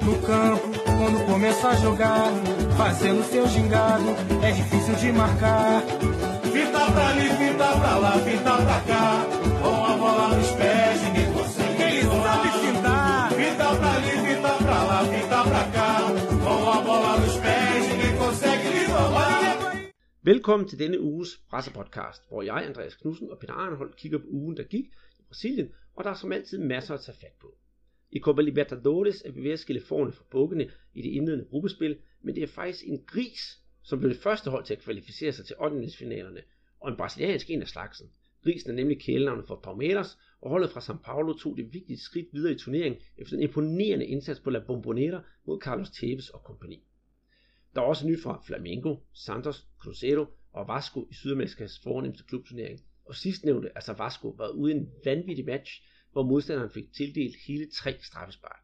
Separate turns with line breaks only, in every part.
No campo, quando começa a jogar, fazendo seu gingado, é difícil de marcar. Fita pra ali, fita pra lá, fita pra cá, com a bola nos pés, ninguém consegue. Ele sabe fintar. Fita pra ali, fita pra lá, fita pra cá, com a bola nos pés, ninguém consegue lhe roubar.
Velkommen til denne uges pressepodcast, hvor jeg, Andreas Knudsen og Peter Arnholdt kigger på ugen, der gik i Brasilien, og der er som altid masser at tage fat på. I Copa Libertadores er vi ved at skille forne fra bukkene i det indledende gruppespil, men det er faktisk en gris, som blev det første hold til at kvalificere sig til ottendedelsfinalerne, og en brasiliansk en af slagsen. Grisen er nemlig kælenavnet for Palmeiras, og holdet fra São Paulo tog det vigtige skridt videre i turneringen efter en imponerende indsats på La Bombonera mod Carlos Tevez og kompagni. Der er også nyt fra Flamengo, Santos, Cruzeiro og Vasco i Sydamerikas fornemmeste klubturnering. Og sidstnævnte, altså Vasco, var ude i en vanvittig match, hvor modstanderen fik tildelt hele 3 straffespark.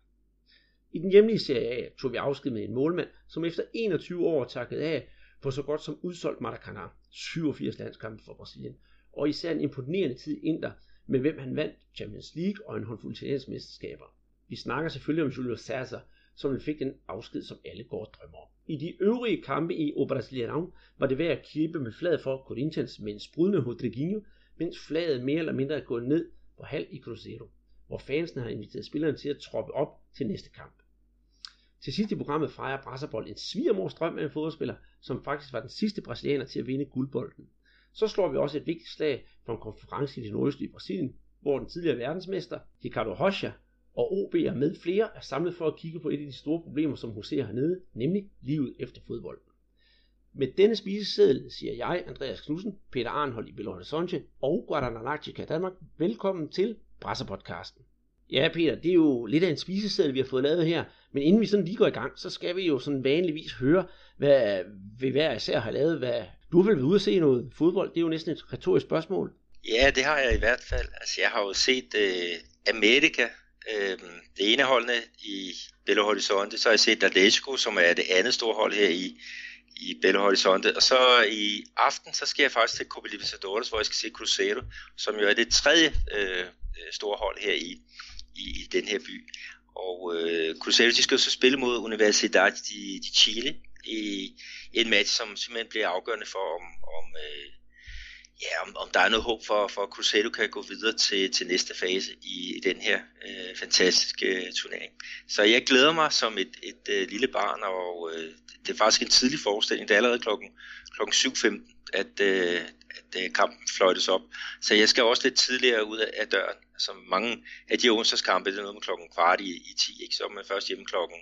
I den hjemlige Serie A tog vi afsked med en målmand, som efter 21 år takkede af på så godt som udsolgt Maracanã, 87 landskampe for Brasilien, og især en imponerende tid i Inter, med hvem han vandt Champions League og en håndfuld italienske mesterskaber. Vi snakker selvfølgelig om Julio César, som fik den afsked, som alle går og drømmer om. I de øvrige kampe i O Brasileirão var det værd at kippe med flaget for Corinthians med en sprudlende Rodriguinho, mens flaget mere eller mindre er gået ned på halv i Cruzeiro, hvor fansene har inviteret spillerne til at troppe op til næste kamp. Til sidst i programmet fejrer Brasserbold en svigermors drøm af en fodboldspiller, som faktisk var den sidste brasilianer til at vinde guldbolden. Så slår vi også et vigtigt slag for en konference i det nordøstlige Brasilien, hvor den tidligere verdensmester, Ricardo Rocha, og OB'er med flere er samlet for at kigge på et af de store problemer, som huserer hernede, nemlig livet efter fodbolden. Med denne spiseseddel siger jeg, Andreas Knudsen, Peter Arnholdt i Belo Horizonte og Guadalajara Danmark, velkommen til Pressepodcasten. Ja Peter, det er jo lidt af en spiseseddel, vi har fået lavet her, men inden vi sådan lige går i gang, så skal vi jo sådan vanligvis høre, hvad vi hver især har lavet. Hvad du vil ude at se noget fodbold, det er jo næsten et retorisk spørgsmål.
Ja, det har jeg i hvert fald. Altså jeg har jo set Amerika, det ene holdene i Belo Horizonte, så har jeg set Atlético, som er det andet store hold her i Belo Horizonte, og så i aften, så skal jeg faktisk til Copa Libertadores, hvor jeg skal se Cruzeiro, som jo er det tredje store hold her i den her by. Og Cruzeiro, de skal jo så spille mod Universidad de Chile i en match, som simpelthen bliver afgørende for, om der er noget håb for at Cruzeiro kan gå videre til næste fase i den her fantastiske turnering. Så jeg glæder mig som et lille barn, og det er faktisk en tidlig forestilling. Det er allerede klokken 7:15, at kampen fløjtes op. Så jeg skal også lidt tidligere ud af døren. Som mange af de onsdagskampe, det er noget med klokken 9:15, ikke? Så er man først hjemme klokken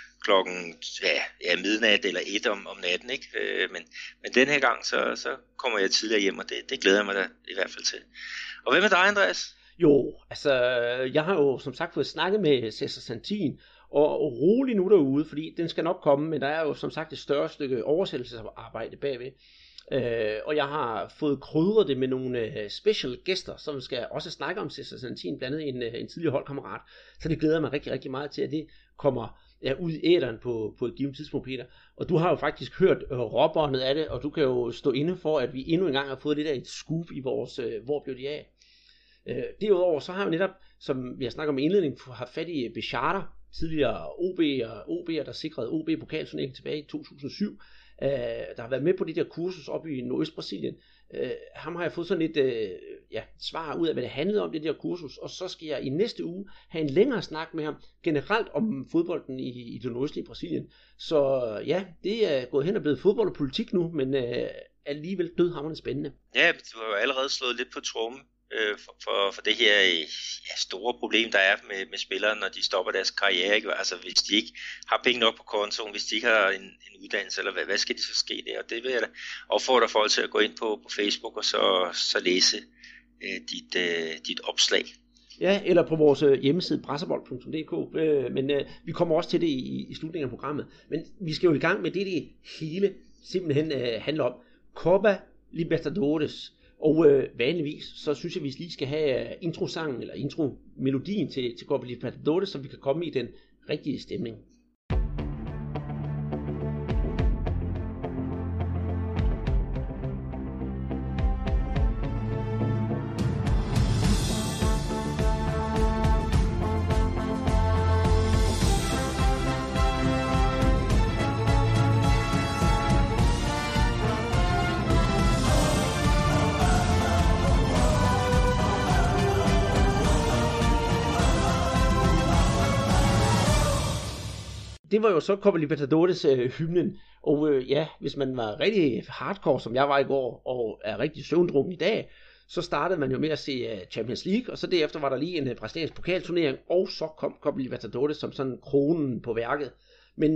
midnat eller 1 om natten, ikke? Men den her gang, så kommer jeg tidligere hjem, og det glæder jeg mig da i hvert fald til. Og hvad med dig, Andreas?
Jo, altså jeg har jo som sagt fået snakket med César Santin, og rolig nu derude, fordi den skal nok komme, men der er jo som sagt et større stykke oversættelsesarbejde bagved. Og jeg har fået krydret det med nogle special gæster, som skal også snakke om César Santin, blandt andet en tidligere holdkammerat. Så det glæder mig rigtig, rigtig meget til, at det kommer ud i æteren på et givet tidspunkt, Peter. Og du har jo faktisk hørt råbåndet af det, og du kan jo stå inde for, at vi endnu en gang har fået lidt af et scoop i vores hvor blev de af. Derudover så har jeg jo netop, som vi har snakket om i indledningen, haft fat i Bechata, tidligere OB'er, der sikrede OB pokalturneringen tilbage i 2007. Der har været med på det der kursus op i Nordøst-Brasilien. Ham har jeg fået sådan lidt svar ud af, hvad det handlede om, det der kursus, og så skal jeg i næste uge have en længere snak med ham generelt om fodbolden i det nordøstlige Brasilien. Så ja, det er gået hen og blevet fodbold og politik nu, men alligevel dødhamrende spændende.
Ja, du har jo allerede slået lidt på tromme for det her store problem, der er med spillere, når de stopper deres karriere, ikke? Altså hvis de ikke har penge nok på kontoen, hvis de ikke har en uddannelse, eller hvad skal de så ske der? Og det vil jeg da opfordre folk til at gå ind på Facebook og så læse dit opslag.
Ja, eller på vores hjemmeside brasserbold.dk, men vi kommer også til det i slutningen af programmet. Men vi skal jo i gang med det hele simpelthen handler om. Copa Libertadores. Og vanligvis, så synes jeg, vi lige skal have introsangen, eller intromelodien til Copa Libertadores, så vi kan komme i den rigtige stemning. det var jo så Copa Libertadores hymnen, og ja, hvis man var rigtig hardcore, som jeg var i går, og er rigtig søvndrukken i dag, så startede man jo med at se Champions League, og så derefter var der lige en brasiliansk pokalturnering, og så kom Copa Libertadores som sådan kronen på værket. Men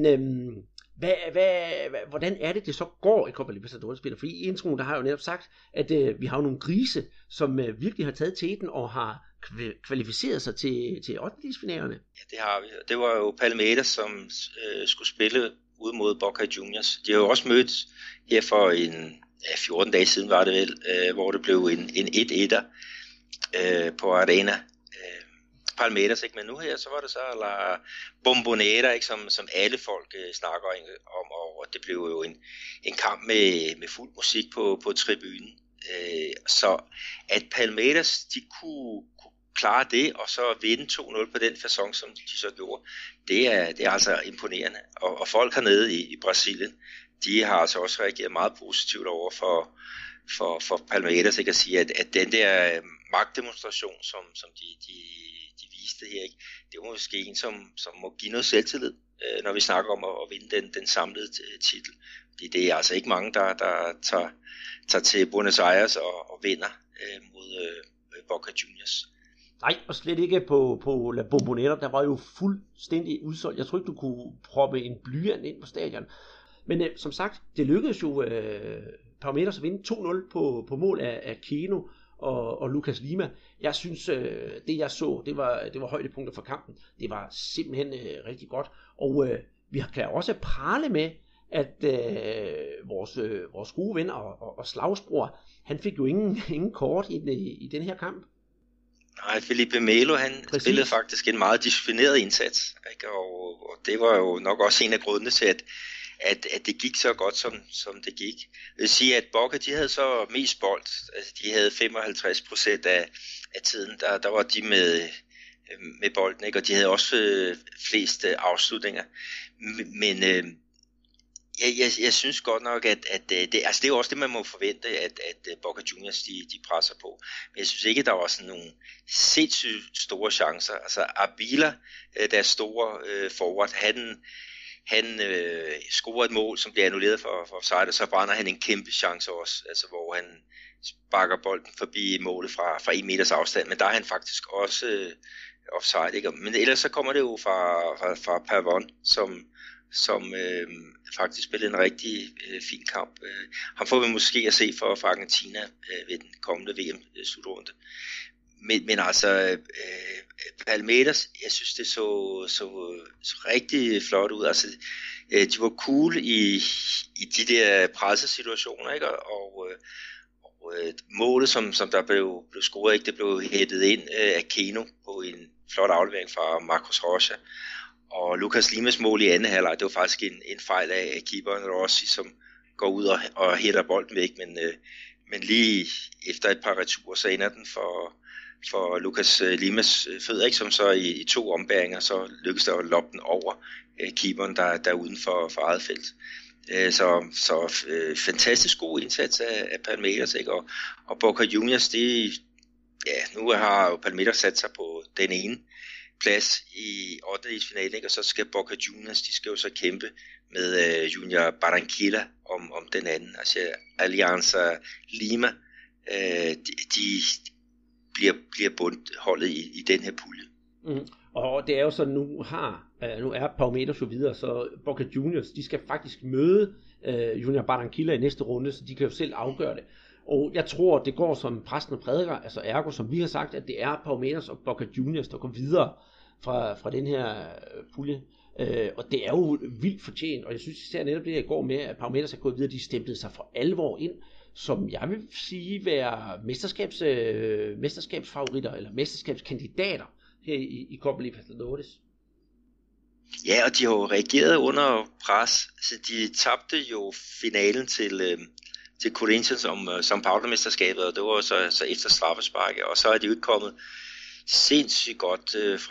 hvordan er det så går i Copa Libertadores, Peter? Fordi i introen, der har jeg jo netop sagt, at vi har jo nogle grise, som virkelig har taget teten og har kvalificeret sig til 8-delsfinalerne.
Ja, det har vi. Det var jo Palmeiras, som skulle spille ud mod Boca Juniors. De har jo også mødt her for 14 dage siden, var det vel, hvor det blev en 1-1'er på Arena Palmeiras, ikke? Men nu her, så var det så La Bombonera, ikke? Som alle folk snakker om, og det blev jo en kamp med fuld musik på tribunen. Så at Palmeiras, de kunne klare det, og så vinde 2-0 på den facon, som de så gjorde, det er altså imponerende. Og folk hernede i Brasilien, de har altså også reageret meget positivt over for Palmeiras, ikke? At sige, at den der magtdemonstration, som de viste her, ikke? Det var måske en, som må give noget selvtillid, når vi snakker om at vinde den samlede titel. Fordi det er altså ikke mange, der tager til Buenos Aires og vinder mod Boca Juniors.
Nej, og slet ikke på La Bombonera, der var jo fuldstændig udsolgt. Jeg tror ikke, du kunne proppe en blyant ind på stadion. Men som sagt, det lykkedes jo Palmeiras at vinde 2-0 på mål af Keno og Lucas Lima. Jeg synes, det jeg så, det var højdepunkter for kampen. Det var simpelthen rigtig godt. Og vi kan også prale med, at vores gode ven og slagsbror, han fik jo ingen kort i den her kamp.
Nej, Felipe Melo, han spillede faktisk en meget disciplineret indsats, ikke? Og det var jo nok også en af grundene til, at det gik så godt, som det gik. Jeg vil sige, at Boca, de havde så mest bold. Altså, de havde 55% af tiden, der var de med bolden, ikke? Og de havde også flest afslutninger. Men jeg synes godt nok, at det er jo også det, man må forvente, at Boca Juniors de presser på. Men jeg synes ikke, der var sådan nogle sindssygt store chancer. Altså Abila, deres store forward, han scorer et mål, som bliver annulleret for offside, og så brænder han en kæmpe chance også, altså hvor han sparker bolden forbi målet fra 1 meters afstand, men der er han faktisk også offside, ikke? Men ellers så kommer det jo fra Pavon, som faktisk spillede en rigtig fin kamp. Han får vi måske at se for Argentina ved den kommende VM-slutrunde. Men altså Palmeiras, jeg synes det så rigtig flot ud. Altså de var cool i de der pressesituationer, ikke? Og målet som der blev scoret, ikke, det blev hættet ind af Keno på en flot aflevering fra Marcos Rocha. Og Lucas Limas mål i anden halvleg, det var faktisk en fejl af keeperen Rossi, som går ud og hætter bolden væk, men lige efter et par returer, så ender den for Lucas Limas fødder, ikke, som så i 2 ombæringer, så lykkes der at loppe den over keeperen, der er uden for eget felt. Så fantastisk god indsats af Palmeiras, ikke? Og Boca Juniors, nu har jo Palmeiras sat sig på den ene plads i 8-delsfinalen, ikke? Og så skal Boca Juniors, de skal jo så kæmpe med Junior Barranquilla om den anden, altså Alianza Lima, de bliver bundholdet i den her pulje.
Og det er jo så, nu er Palmeiras jo videre, så Boca Juniors, de skal faktisk møde Junior Barranquilla i næste runde, så de kan jo selv afgøre det. Og jeg tror, det går som præsten og prædiker, altså ergo, som vi har sagt, at det er Palmeiras og Boca Juniors, der går videre fra den her pulje. Og det er jo vildt fortjent, og jeg synes især netop det, jeg går med, at Palmeiras er gået videre, de stemplede sig for alvor ind, som jeg vil sige være mesterskabsfavoritter, eller mesterskabskandidater her i Copa Libertadores.
Ja, og de har jo reageret under pres, så de tabte jo finalen til Corinthians om São Paulo-mesterskabet, og det var så efter straffesparket, og så er de jo ikke kommet sindssygt godt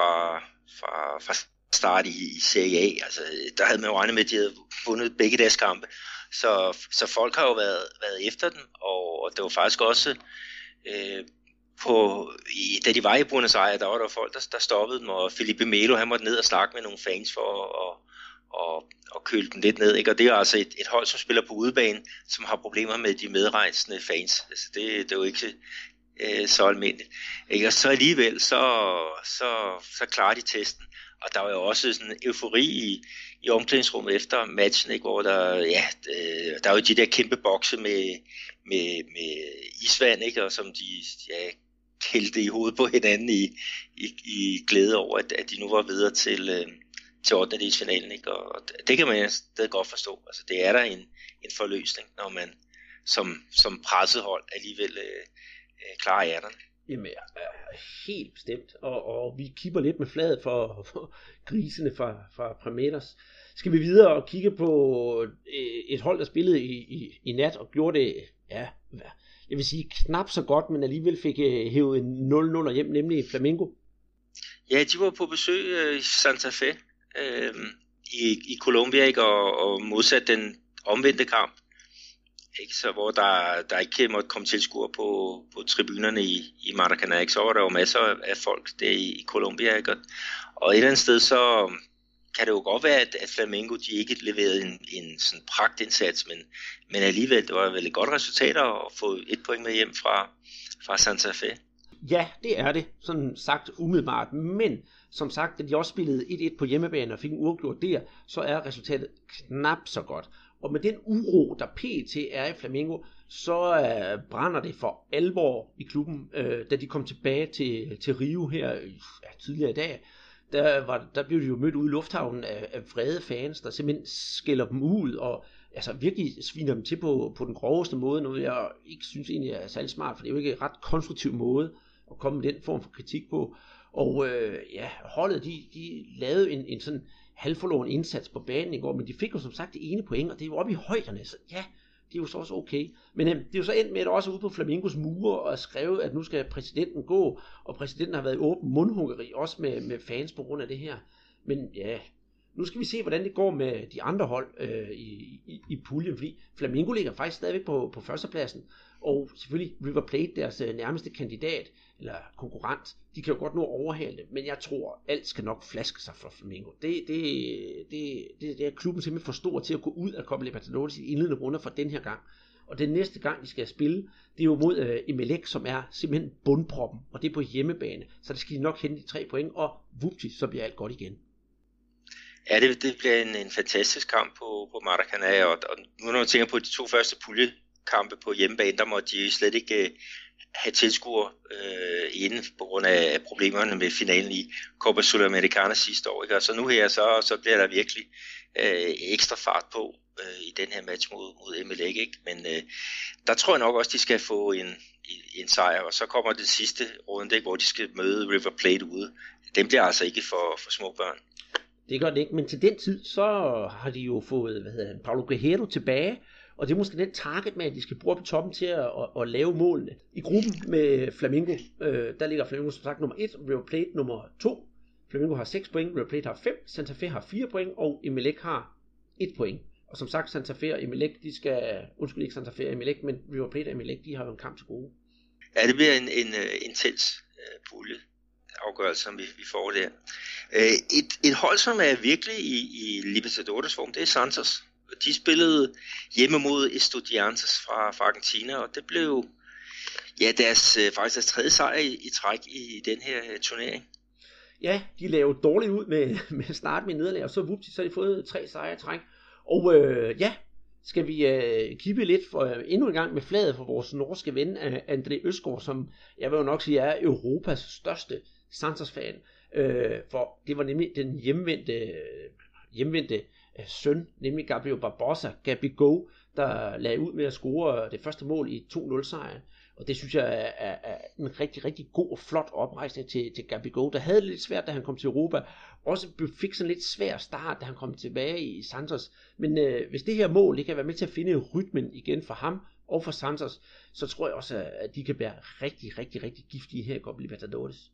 fra start i Serie A. Altså, der havde man jo regnet med, at de havde vundet begge deres kampe, så folk har jo været efter den, og det var faktisk også da de var i Buenos Aires, der var der folk, der stoppede dem, og Felipe Melo, han måtte ned og snakke med nogle fans for og køle dem lidt ned, ikke? Og det er altså et hold, som spiller på udebane, som har problemer med de medrejsende fans. Altså det er jo ikke så almindeligt. Ikke? Og så alligevel, så klarer de testen. Og der var jo også sådan en eufori i omklædningsrummet efter matchen, ikke? Hvor der er jo de der kæmpe bokse med isvand, ikke? Og som de hældte i hovedet på hinanden i glæde over, at de nu var videre til 8. finalen, ikke? Og det kan man stadig godt forstå. Altså det er der en forløsning, når man som presset hold alligevel klarer ærterne.
Jamen, helt bestemt. Og vi kipper lidt med fladet for grisene fra Primeters. Skal vi videre og kigge på et hold, der spillede i nat og gjorde det, jeg vil sige knap så godt, men alligevel fik hævet en 0-0 hjem, nemlig Flamengo.
Ja, de var på besøg i Santa Fe i Colombia, ikke? Og modsat den omvendte kamp, ikke? Så hvor der ikke måtte komme tilskuere på tribunerne i Maracanã, ikke? Så var der jo masser af folk der i Colombia, ikke? Og et eller andet sted, så kan det jo godt være, at Flamengo de ikke leverede en sådan pragtindsats, men alligevel, det var vel et godt resultat at få 1 point med hjem fra Santa Fe.
Ja, det er det, sådan sagt umiddelbart, men som sagt, da de også spillede 1-1 på hjemmebane og fik en uafgjort der, så er resultatet knap så godt. Og med den uro, der pt. Er i Flamengo, så brænder det for alvor i klubben, da de kom tilbage til Rio her tidligere i dag. Der blev de jo mødt ude i lufthavnen af vrede fans, der simpelthen skælder dem ud og altså virkelig sviner dem til på den groveste måde, noget jeg ikke synes egentlig er særlig smart, for det er jo ikke en ret konstruktiv måde at komme med den form for kritik på. Og holdet de lavede en sådan halvforloren indsats på banen i går, men de fik jo som sagt det ene point, og det er jo oppe i højderne, så ja, det er jo så også okay. Men det er jo så endt med, at også ude på Flamengos mure og skrevet, at nu skal præsidenten gå, og præsidenten har været i åben mundhuggeri, også med fans på grund af det her. Men ja, nu skal vi se, hvordan det går med de andre hold i puljen, fordi Flamengo ligger faktisk stadigvæk på førstepladsen, og selvfølgelig River Plate, deres nærmeste kandidat, eller konkurrent, de kan jo godt nå at overhale det, men jeg tror, alt skal nok flaske sig for Flamengo. Det er klubben simpelthen for stor til at gå ud af Copa Libertadores i indledende runder for den her gang. Og den næste gang, de skal spille, det er jo mod Emelec, som er simpelthen bundproppen, og det er på hjemmebane, så der skal de nok hente de 3 point, og vupti, så bliver alt godt igen.
Ja, det bliver en fantastisk kamp på Maracanã, og nu når man tænker på de 2 første puljekampe på hjemmebane, der må de slet ikke have tilskuere inden på grund af problemerne med finalen i Copa Sudamericana sidste år, ikke? Og så nu her, så bliver der virkelig ekstra fart på i den her match mod Emelec, ikke? Men der tror jeg nok også, de skal få en sejr, og så kommer det sidste runde, hvor de skal møde River Plate ude. Den bliver altså ikke for små børn.
Det gør det ikke, men til den tid, så har de jo fået, Paulo Guerrero tilbage, og det er måske den target med, at de skal bruge på toppen til at lave målene. I gruppen med Flamengo, der ligger Flamengo som sagt nummer 1, River Plate nummer 2. Flamengo har 6 point, River Plate har 5, Santa Fe har 4 point, og Emelec har 1 point. Og som sagt, Santa Fe og Emelec, ikke Santa Fe og Emelec, men River Plate og Emelec, de har jo en kamp til gode.
Ja, det bliver en intens pulje afgørelse, som vi får der. Et hold, som er virkelig i Libertadores form, det er Santos. De spillede hjemme mod Estudiantes fra Argentina, og det blev faktisk deres 3. sejr i træk i den her turnering.
Ja, de lavede dårligt ud med start med nederlag, og så vupti, så har de fået 3 sejre i træk. Og skal vi kippe lidt for endnu en gang med flaget for vores norske ven, André Østgaard, som jeg vil jo nok sige er Europas største Santos-fan. For det var nemlig den hjemvendte søn, nemlig Gabriel Barbosa, Gabigol, der lagde ud med at score det første mål i 2-0-sejren. Og det synes jeg er en rigtig, rigtig god og flot oprejsning til Gabigol, der havde det lidt svært, da han kom til Europa. Også fik sådan lidt svær start, da han kom tilbage i Santos. Men hvis det her mål, det kan være med til at finde rytmen igen for ham og for Santos, så tror jeg også, at de kan være rigtig, rigtig, rigtig giftige her i Copa Libertadores.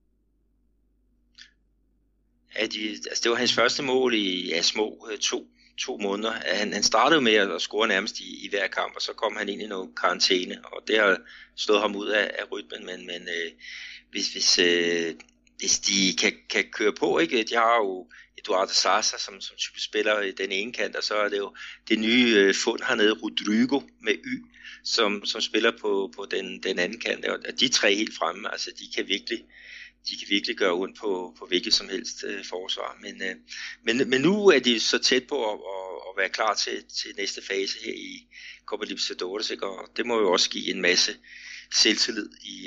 Ja, det var hans første mål i små 2 måneder. Han startede med at score nærmest i hver kamp, og så kom han ind i noget karantæne, og det har slået ham ud af rytmen, men hvis hvis de kan køre på, ikke? De har jo Eduardo Sasa, som typisk spiller i den ene kant, og så er det jo det nye fund hernede, Rodrigo med Y, som spiller på den anden kant, og de tre helt fremme, altså de kan virkelig gøre ondt på hvilket som helst forsvar, men nu er de så tæt på at være klar til næste fase her i Copa Libertadores, ikke? Og det må jo også give en masse selvtillid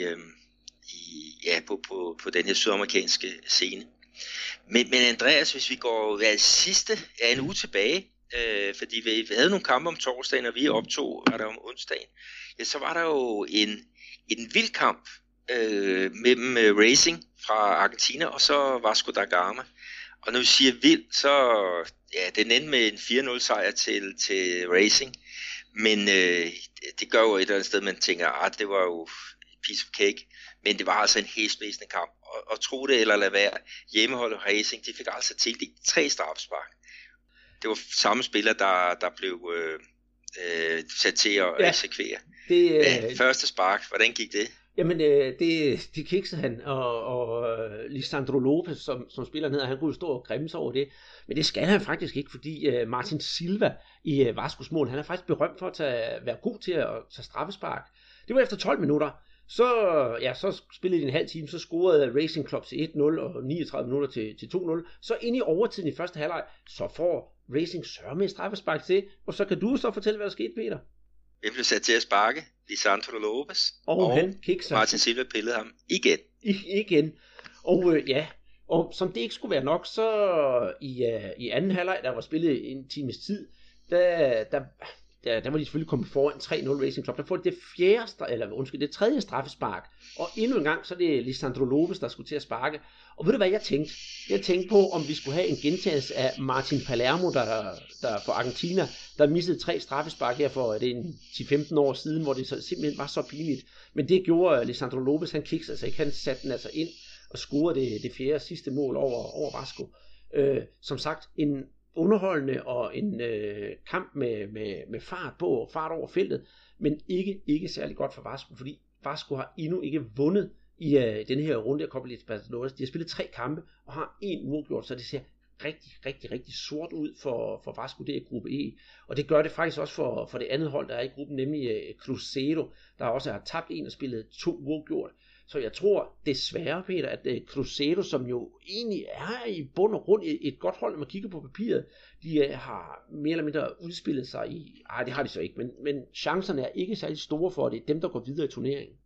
på den her sydamerikanske scene. Men Andreas, hvis vi går sidste af en uge tilbage, fordi vi havde nogle kampe om torsdagen, og vi optog var der om onsdagen, ja, så var der jo en vild kamp mellem Racing fra Argentina og så Vasco da Gama. Og når vi siger vild, så den endte med en 4-0 sejr til Racing, men det gør jo et eller andet sted, man tænker, det var jo piece of cake, men det var altså en hæsblæsende kamp, og tro det eller lade være, hjemmeholdet Racing, de fik altså tildelt 3 straffespark. Det var samme spiller, der blev sat til at eksekvere. Første spark, hvordan gik det?
Jamen, det kiksede han, og Lisandro Lopez, som spiller ned, han kunne stå og grimse over det. Men det skal han faktisk ikke, fordi Martin Silva i Vascos mål, han er faktisk berømt for at være god til at tage straffespark. Det var efter 12 minutter. Så spillede de en halv time, så scorede Racing Club til 1-0 og 39 minutter til 2-0. Så ind i overtiden i første halvleg, så får Racing sørme et straffespark til, og så kan du så fortælle, hvad der skete, Peter.
Hvem blev sat til at sparke? Lisandro Lopez.
Og han kikser.
Martin Silva pillede ham igen.
Igen. Og som det ikke skulle være nok, så i anden halvleg, der var spillet en times tid, der var de selvfølgelig kommet foran 3-0 Racing Club. Der får de det tredje straffespark. Og endnu en gang, så er det Lisandro Lopez, der skulle til at sparke. Og ved du hvad jeg tænkte? Jeg tænkte på, om vi skulle have en gentagelse af Martin Palermo, der for Argentina, der missede 3 straffespark her for 10-15 år siden, hvor det så simpelthen var så pinligt. Men det gjorde Lisandro Lopez, han kiksede altså ikke. Han satte den altså ind og scorede det fjerde sidste mål over Vasco. Som sagt, en underholdende og en kamp med fart over feltet, men ikke særlig godt for Vasco, fordi Vasco har endnu ikke vundet i den her runde af Copa Libertadores. De har spillet 3 kampe og har 1 uafgjort, så det ser rigtig sort ud for Vasco, det er gruppe E. Og det gør det faktisk også for det andet hold, der er i gruppen, nemlig Cruzeiro, der også har tabt 1 og spillet 2 uafgjort. Så jeg tror desværre, Peter, at Cruzeiro, som jo egentlig er i bund og grund et godt hold, når man kigger på papiret, de har mere eller mindre udspillet sig i... det har de så ikke, men chancerne er ikke særlig store for det. Dem, der går videre i turneringen.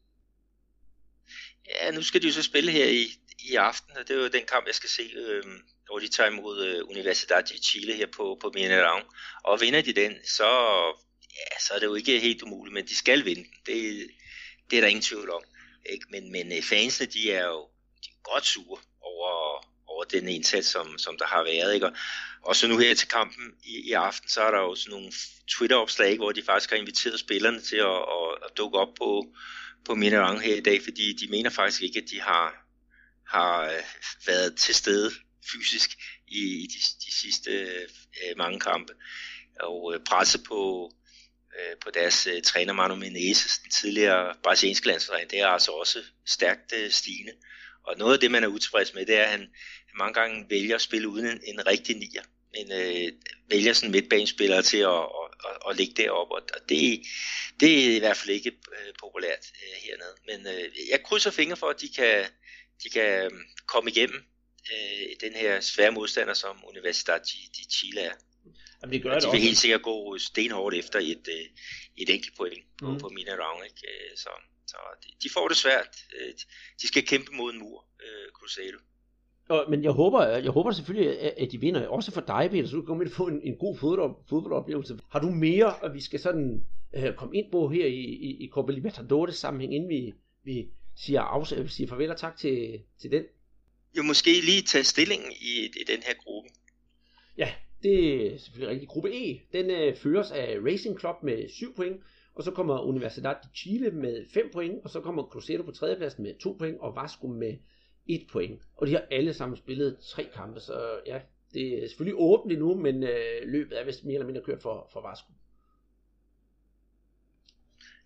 Ja, nu skal de jo så spille her i aften, og det er jo den kamp, jeg skal se, hvor de tager imod Universidad de Chile her på Mineirão. Og vinder de den, så er det jo ikke helt umuligt, men de skal vinde den. Det er der ingen tvivl om. Ikke? Men fansene, de er jo godt sure over den indsats, som der har været. Ikke? Og så nu her til kampen i aften, så er der jo sådan nogle Twitter-opslag, hvor de faktisk har inviteret spillerne til at dukke op på Mineirão her i dag, fordi de mener faktisk ikke, at de har været til stede fysisk i de sidste mange kampe. Og presset på deres træner Manu Menezes, den tidligere brasilianske landstræner, det er altså også stærkt stigende. Og noget af det, man er utilfreds med, det er, at han mange gange vælger at spille uden en rigtig nier, men vælger sådan midtbanespillere til at ligge deroppe, og det er i hvert fald ikke populært hernede. Men jeg krydser fingre for, at de kan komme igennem den her svære modstander, som Universidad de Chile er.
Jamen, det gør
de vil helt sikkert gå stenhårdt efter et enkelt point på Mineirão, ikke? Så de får det svært. De skal kæmpe mod en mur, Cruzeiro.
Men jeg håber selvfølgelig, at de vinder, også for dig, Peter, så du kommer til at få en god fodboldoplevelse. Har du mere, at vi skal sådan komme ind på her i Copa Libertadores sammenhæng, inden vi siger farvel og tak til den?
Jo, måske lige tage stillingen i den her gruppe.
Ja, det er selvfølgelig rigtigt. Gruppe E, den føres af Racing Club med 7 point, og så kommer Universidad de Chile med 5 point, og så kommer Cruzeiro på 3. pladsen med 2 point, og Vasco med 1 point. Og de har alle sammen spillet 3 kampe, så ja, det er selvfølgelig åbent nu, men løbet er vist mere eller mindre kørt for Vasco.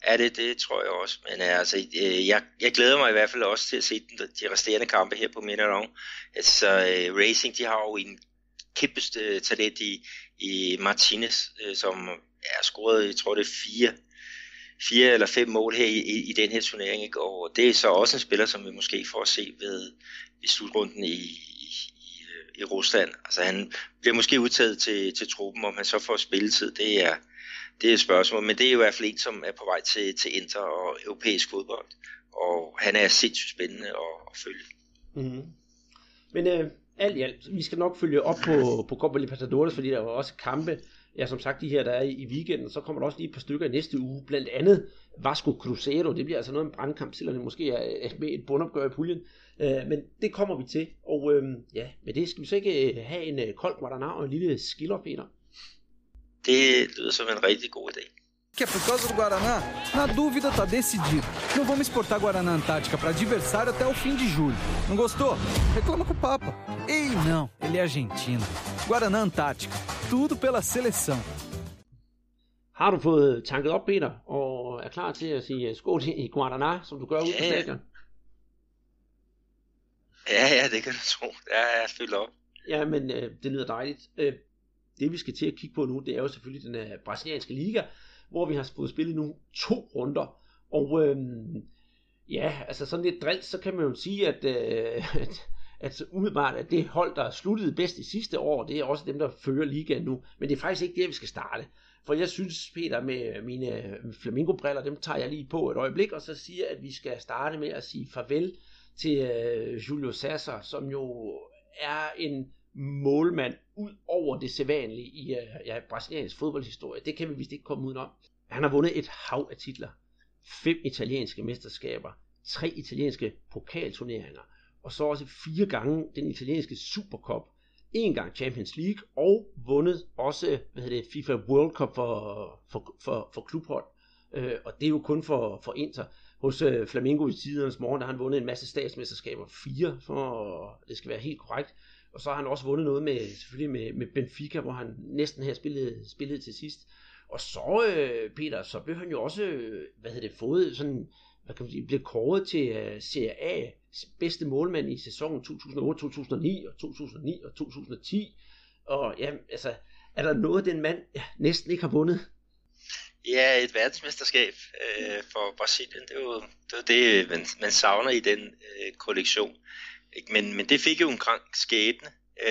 Ja, det tror jeg også. Men altså, jeg glæder mig i hvert fald også til at se de resterende kampe her på Mineron. Altså, Racing, de har jo en kæmpe talent i Martinez, som er scoret, jeg tror det er 4 eller 5 mål her i den her turnering, ikke? Og det er så også en spiller, som vi måske får at se ved slutrunden i Rusland. Altså han bliver måske udtaget til truppen, om han så får spilletid, det er et spørgsmål, men det er i hvert fald en, som er på vej til Inter og europæisk fodbold, og han er sindssygt spændende at følge.
Mm-hmm. Men alt i alt, vi skal nok følge op på Copa Libertadores, fordi der er også kampe, ja, som sagt, de her, der er i weekenden, så kommer der også lige et par stykker i næste uge, blandt andet Vasco Cruzeiro, det bliver altså noget af en brandkamp, selvom det måske er med et bundopgør i puljen, men det kommer vi til, og ja, med det skal vi så ikke have en kold Guaraná og en lille skiller, Peter?
Det lyder som en rigtig god idé.
Que é por causa do Guaraná? Na dúvida tá decidido. Não vamos exportar Guaraná Antártica para adversário até o fim de julho. Não gostou? Reclama com o Papa. Ei, não, ele é argentino. Guaraná Antártica. Tudo pela seleção.
Har du fået tanket op, Peter, og er klar til at sige skål i Guaraná, som du gør ude på stadion?
Ja, det kan du tro. Jeg er fyldt op.
Ja, men det lyder dejligt. Det vi skal til at kigge på nu, det er jo selvfølgelig den brasilianske liga, hvor vi har fået spillet nu 2 runder. Og ja, altså sådan lidt drilsk, så kan man jo sige, at umiddelbart, at det hold, der sluttede bedst i sidste år, det er også dem, der fører ligaen nu. Men det er faktisk ikke det, vi skal starte. For jeg synes, Peter, med mine flamingobriller, dem tager jeg lige på et øjeblik, og så siger, at vi skal starte med at sige farvel til Julio César, som jo er en målmand ud over det sædvanlige i brasiliansk fodboldhistorie. Det kan vi vist ikke komme udenom. Han har vundet et hav af titler. 5 italienske mesterskaber, 3 italienske pokalturneringer, og så også 4 gange den italienske Supercup, 1 gang Champions League, og vundet også FIFA World Cup for klubhold. Og det er jo kun for Inter. Hos Flamengo i tidernes morgen, der har han vundet en masse statsmesterskaber, 4, for det skal være helt korrekt. Og så har han også vundet noget selvfølgelig med Benfica, hvor han næsten her spillede til sidst. Og så, Peter, så blev han jo også, fået sådan, blev kåret til Serie A bedste målmand i sæsonen 2008, 2009 og 2009 og 2010. Og ja, altså, er der noget, den mand næsten ikke har vundet?
Ja, et verdensmesterskab for Brasilien, det er jo det, man savner i den kollektion. Men det fik jo en krank skæbne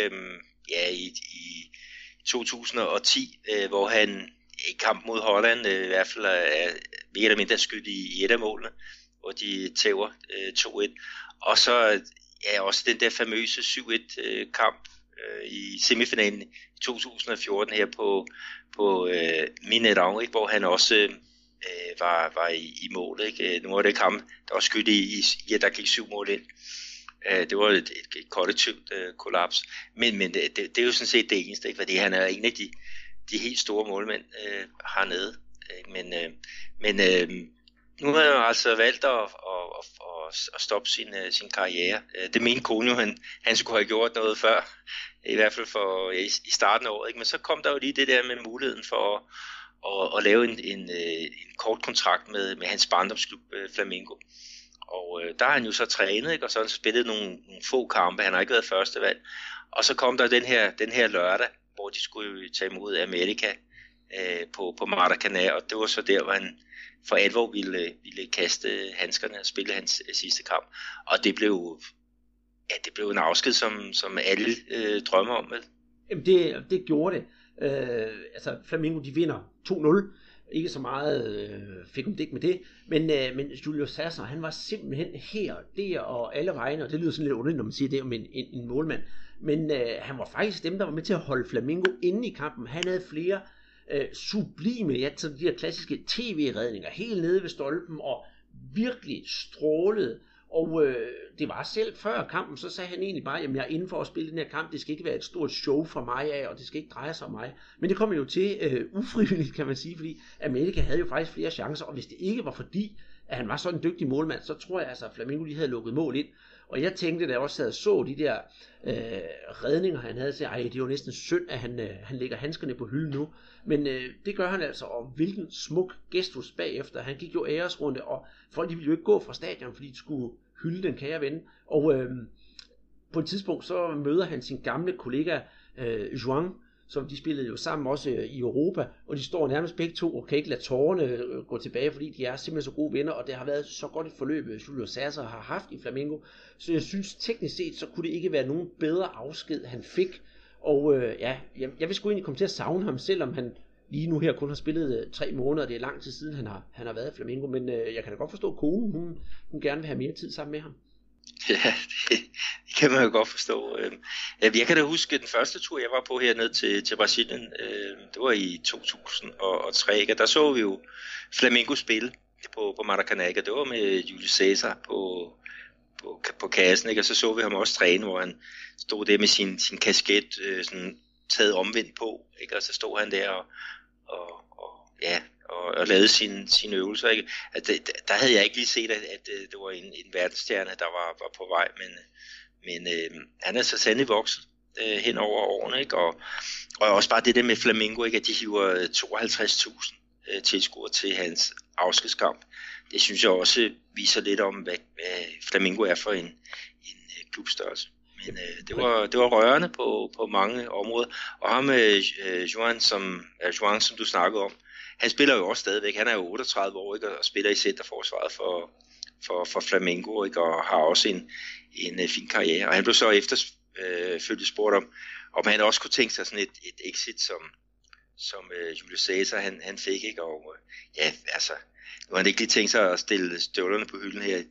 i 2010, hvor han i kamp mod Holland i hvert fald er mere eller mindre skyld i et af målene, hvor de tæver 2-1. Og så også den der famøse 7-1 kamp i semifinalen i 2014 her på Mineirão, hvor han også var i målet. Ikke? Nu var det ikke ham, der var skyld i at der gik 7 mål ind. Det var et kollektivt kollaps. Men det er jo sådan set det eneste, ikke? Fordi han er en af de helt store målmænd hernede. Men nu har han altså valgt at stoppe sin karriere. Det mente kone jo, han skulle have gjort noget før, i hvert fald i starten af året. Ikke? Men så kom der jo lige det der med muligheden for at lave en kort kontrakt med hans barndomsklub Flamengo. Og der har han jo så trænet, ikke? Og så har han spillet nogle få kampe. Han har ikke været førstevalg. Og så kom der den her lørdag, hvor de skulle tage imod Amerika på Maracanã, og det var så der, hvor han for alvor ville kaste handskerne og spille hans sidste kamp. Og det blev en afsked, som alle drømmer om, vel?
Jamen det gjorde det. Altså Flamengo, de vinder 2-0. Ikke så meget fik hun det med det, men Julio César, han var simpelthen her, der og alle vegne, og det lyder sådan lidt underligt, når man siger det om en målmand, men han var faktisk dem, der var med til at holde Flamengo inde i kampen. Han havde flere sublime, sådan de her klassiske tv-redninger, helt nede ved stolpen, og virkelig strålede. Og det var selv før kampen, så sagde han egentlig bare, jamen jeg er inde for at spille den her kamp, det skal ikke være et stort show for mig af, og det skal ikke dreje sig om mig. Men det kom jo til ufrivilligt, kan man sige, fordi Amerika havde jo faktisk flere chancer, og hvis det ikke var fordi, at han var sådan en dygtig målmand, så tror jeg altså, at Flamengo lige havde lukket mål ind. Og jeg tænkte, da jeg også sad og så de der redninger, han havde, så det er jo næsten synd, at han lægger handskerne på hylden nu. Men det gør han altså, og hvilken smuk gestus bagefter. Han gik jo æresrunde, og folk de ville jo ikke gå fra stadion, fordi de skulle hylde den kære ven. Og på et tidspunkt så møder han sin gamle kollega Juan, som de spillede jo sammen også i Europa, og de står nærmest begge to og kan ikke lade tårerne gå tilbage, fordi de er simpelthen så gode venner, og det har været så godt et forløb, Julio César har haft i Flamengo, så jeg synes teknisk set, så kunne det ikke være nogen bedre afsked, han fik, og jeg vil sgu egentlig komme til at savne ham, selvom han lige nu her kun har spillet 3 måneder, det er lang tid siden, han har været i Flamengo, men jeg kan da godt forstå, at konen, hun gerne vil have mere tid sammen med ham.
Ja, det kan man jo godt forstå. Jeg kan da huske den første tur, jeg var på hernede til Brasilien. Det var i 2003, og der så vi jo Flamengo spille på Maracanã, og det var med Julio César på kassen, ikke? Og så vi ham også træne, hvor han stod der med sin kasket sådan taget omvendt på, ikke? Og så stod han der og lavede sine øvelser, ikke? Der havde jeg ikke lige set, at det var en verdensstjerne, der var på vej, men han er så sandelig vokset hen over årene, ikke? Og også bare det der med Flamengo, ikke? At de hiver 52.000 tilskuere til hans afskedskamp. Det synes jeg også viser lidt om, hvad Flamengo er for en klubstørrelse. Men det var rørende på mange områder. Og ham Juan, som du snakkede om, han spiller jo også stadigvæk. Han er jo 38 år, ikke, og spiller i centerforsvaret for Flamengo, ikke, og har også en fin karriere. Og han blev så efterfølgende spurgt om han også kunne tænke sig sådan et exit, som Julio César han fik, ikke. Og nu har han ikke lige tænkt sig at stille støvlerne på hylden her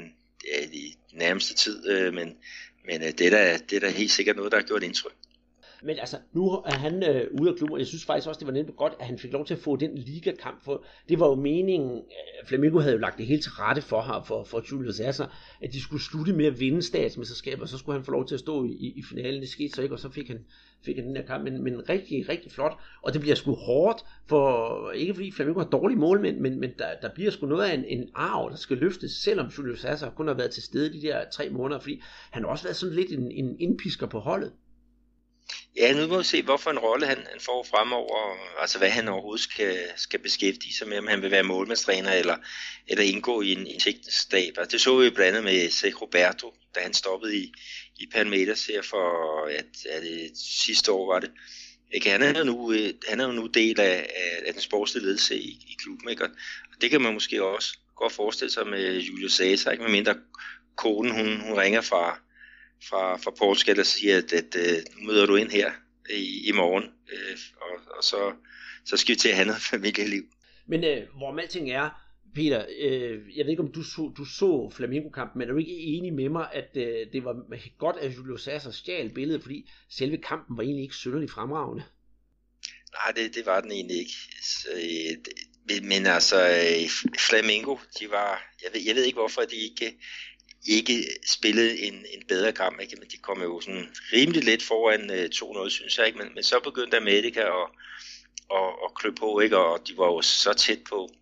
i den nærmeste tid, men det er da helt sikkert noget, der har gjort indtryk.
Men altså, nu er han ude af klubben, og jeg synes faktisk også, det var nemt godt, at han fik lov til at få den ligakamp, for det var jo meningen, Flamengo havde jo lagt det hele til rette for ham, for Julio César, at de skulle slutte med at vinde statsmesterskabet, og så skulle han få lov til at stå i finalen, det skete så ikke, og så fik han den her kamp, men rigtig, rigtig flot, og det bliver sgu hårdt, for ikke fordi Flamengo har dårlige mål, men der bliver sgu noget af en arv, der skal løftes, selvom Julio César kun har været til stede de der 3 måneder, fordi han har også været sådan lidt en indpisker på holdet.
Ja, nu må vi se, hvorfor en rolle han får fremover, altså hvad han overhovedet skal beskæftige sig med, om han vil være målmandstræner eller indgå i en teknisk stab. Altså, det så vi blandt andet med Sergio Roberto, da han stoppede i Palmeiras her for, det sidste år var det. Ikke? Han er jo nu del af den sportslige ledelse i klubben, ikke? Og det kan man måske også godt forestille sig med Julio César, ikke? Medmindre koden hun ringer fra Portugal og siger, at nu møder du ind her i morgen, og så skal vi til at have noget familieliv.
Men hvor alting er, Peter, jeg ved ikke om du så Flamengo-kampen, men er du ikke enig med mig, at det var godt, at Julio César stjal billedet, fordi selve kampen var egentlig ikke synderligt fremragende?
Nej, det var den egentlig ikke. Men altså, Flamengo, de var, jeg ved ikke hvorfor de ikke spillede en bedre kamp, ikke? Men de kom jo sådan rimelig let foran 2-0, synes jeg, ikke? Men så begyndte Amerika at klø på, ikke? Og de var jo så tæt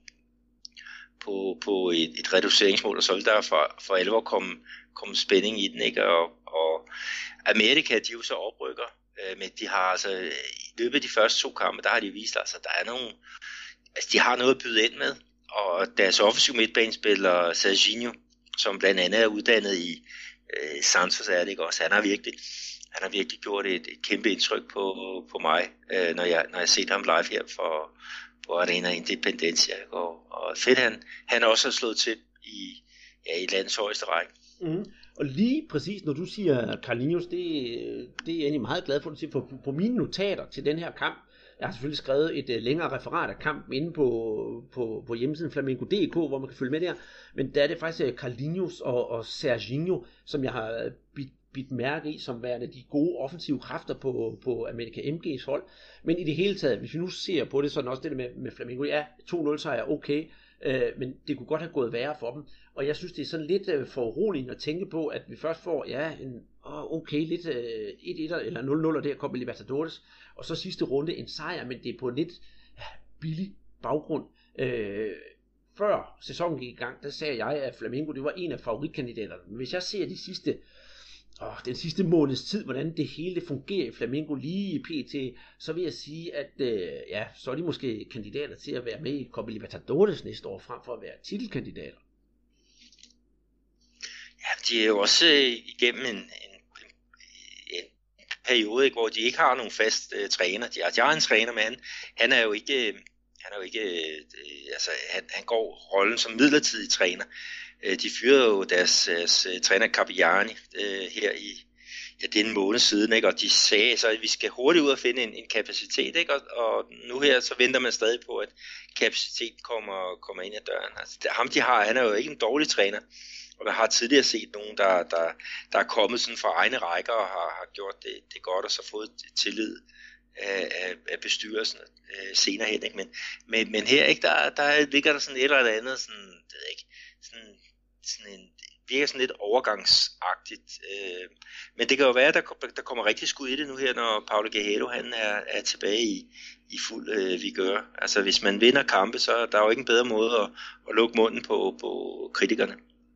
på et reduceringsmål, og så ville der for alvor komme spænding i den, ikke? Og Amerika, de jo så oprykker, men de har altså i løbet af de første 2 kampe, der har de vist, altså der er nogle, altså de har noget at byde ind med, og deres offensiv midtbanespiller Serginho, som blandt andet er uddannet i Santos, er det ikke også. Han har virkelig gjort et kæmpe indtryk på mig, når jeg har set ham live her på Arena Independencia. Og fedt, han også har slået til i landets højeste række.
Mm. Og lige præcis, når du siger Carlinhos, det er jeg egentlig meget glad for at sige, for på mine notater til den her kamp, jeg har selvfølgelig skrevet et længere referat af kampen inde på hjemmesiden Flamengo.dk, hvor man kan følge med der. Men der er det faktisk Carlinhos og Serginho, som jeg har bidt mærke i, som værende de gode offensive kræfter på America MG's hold. Men i det hele taget, hvis vi nu ser på det, så er også det med Flamengo. Ja, 2-0 så er okay, men det kunne godt have gået værre for dem. Og jeg synes, det er sådan lidt foruroligende at tænke på, at vi først får lidt 1-1 eller 0-0, og der kommer Libertadores, og så sidste runde en sejr, men det er på en lidt billig baggrund. før sæsonen gik i gang, der sagde jeg, at Flamengo det var en af favoritkandidaterne. Men hvis jeg ser den sidste måneds tid, hvordan det hele fungerer i Flamengo lige i PT, så vil jeg sige, at så er de måske kandidater til at være med i Copa Libertadores næste år, frem for at være titelkandidater.
Ja, de er jo også igennem en periode, hvor de ikke har nogen fast træner. De har en træner, men han er jo ikke, han går rollen som midlertidig træner. De fyrede jo deres træner Capiani her i en måned siden, ikke? Og de sagde så, at vi skal hurtigt ud og finde en kapacitet, ikke? Og nu her så venter man stadig på, at kapaciteten kommer ind ad døren. Altså, ham de har, han er jo ikke en dårlig træner, og jeg har tidligere set nogen, der er kommet sådan fra egne rækker og har gjort det godt, og så fået tillid af bestyrelsen senere hen, ikke? Men her, ikke, der ligger der sådan et eller andet, sådan, det ved ikke, sådan en, virker sådan lidt overgangsagtigt, men det kan jo være, at der kommer rigtig skud i det nu her, når Paulo Guerrero han er tilbage i fuld vigør. Altså hvis man vinder kampe, så der er jo ikke en bedre måde at lukke munden på kritikerne.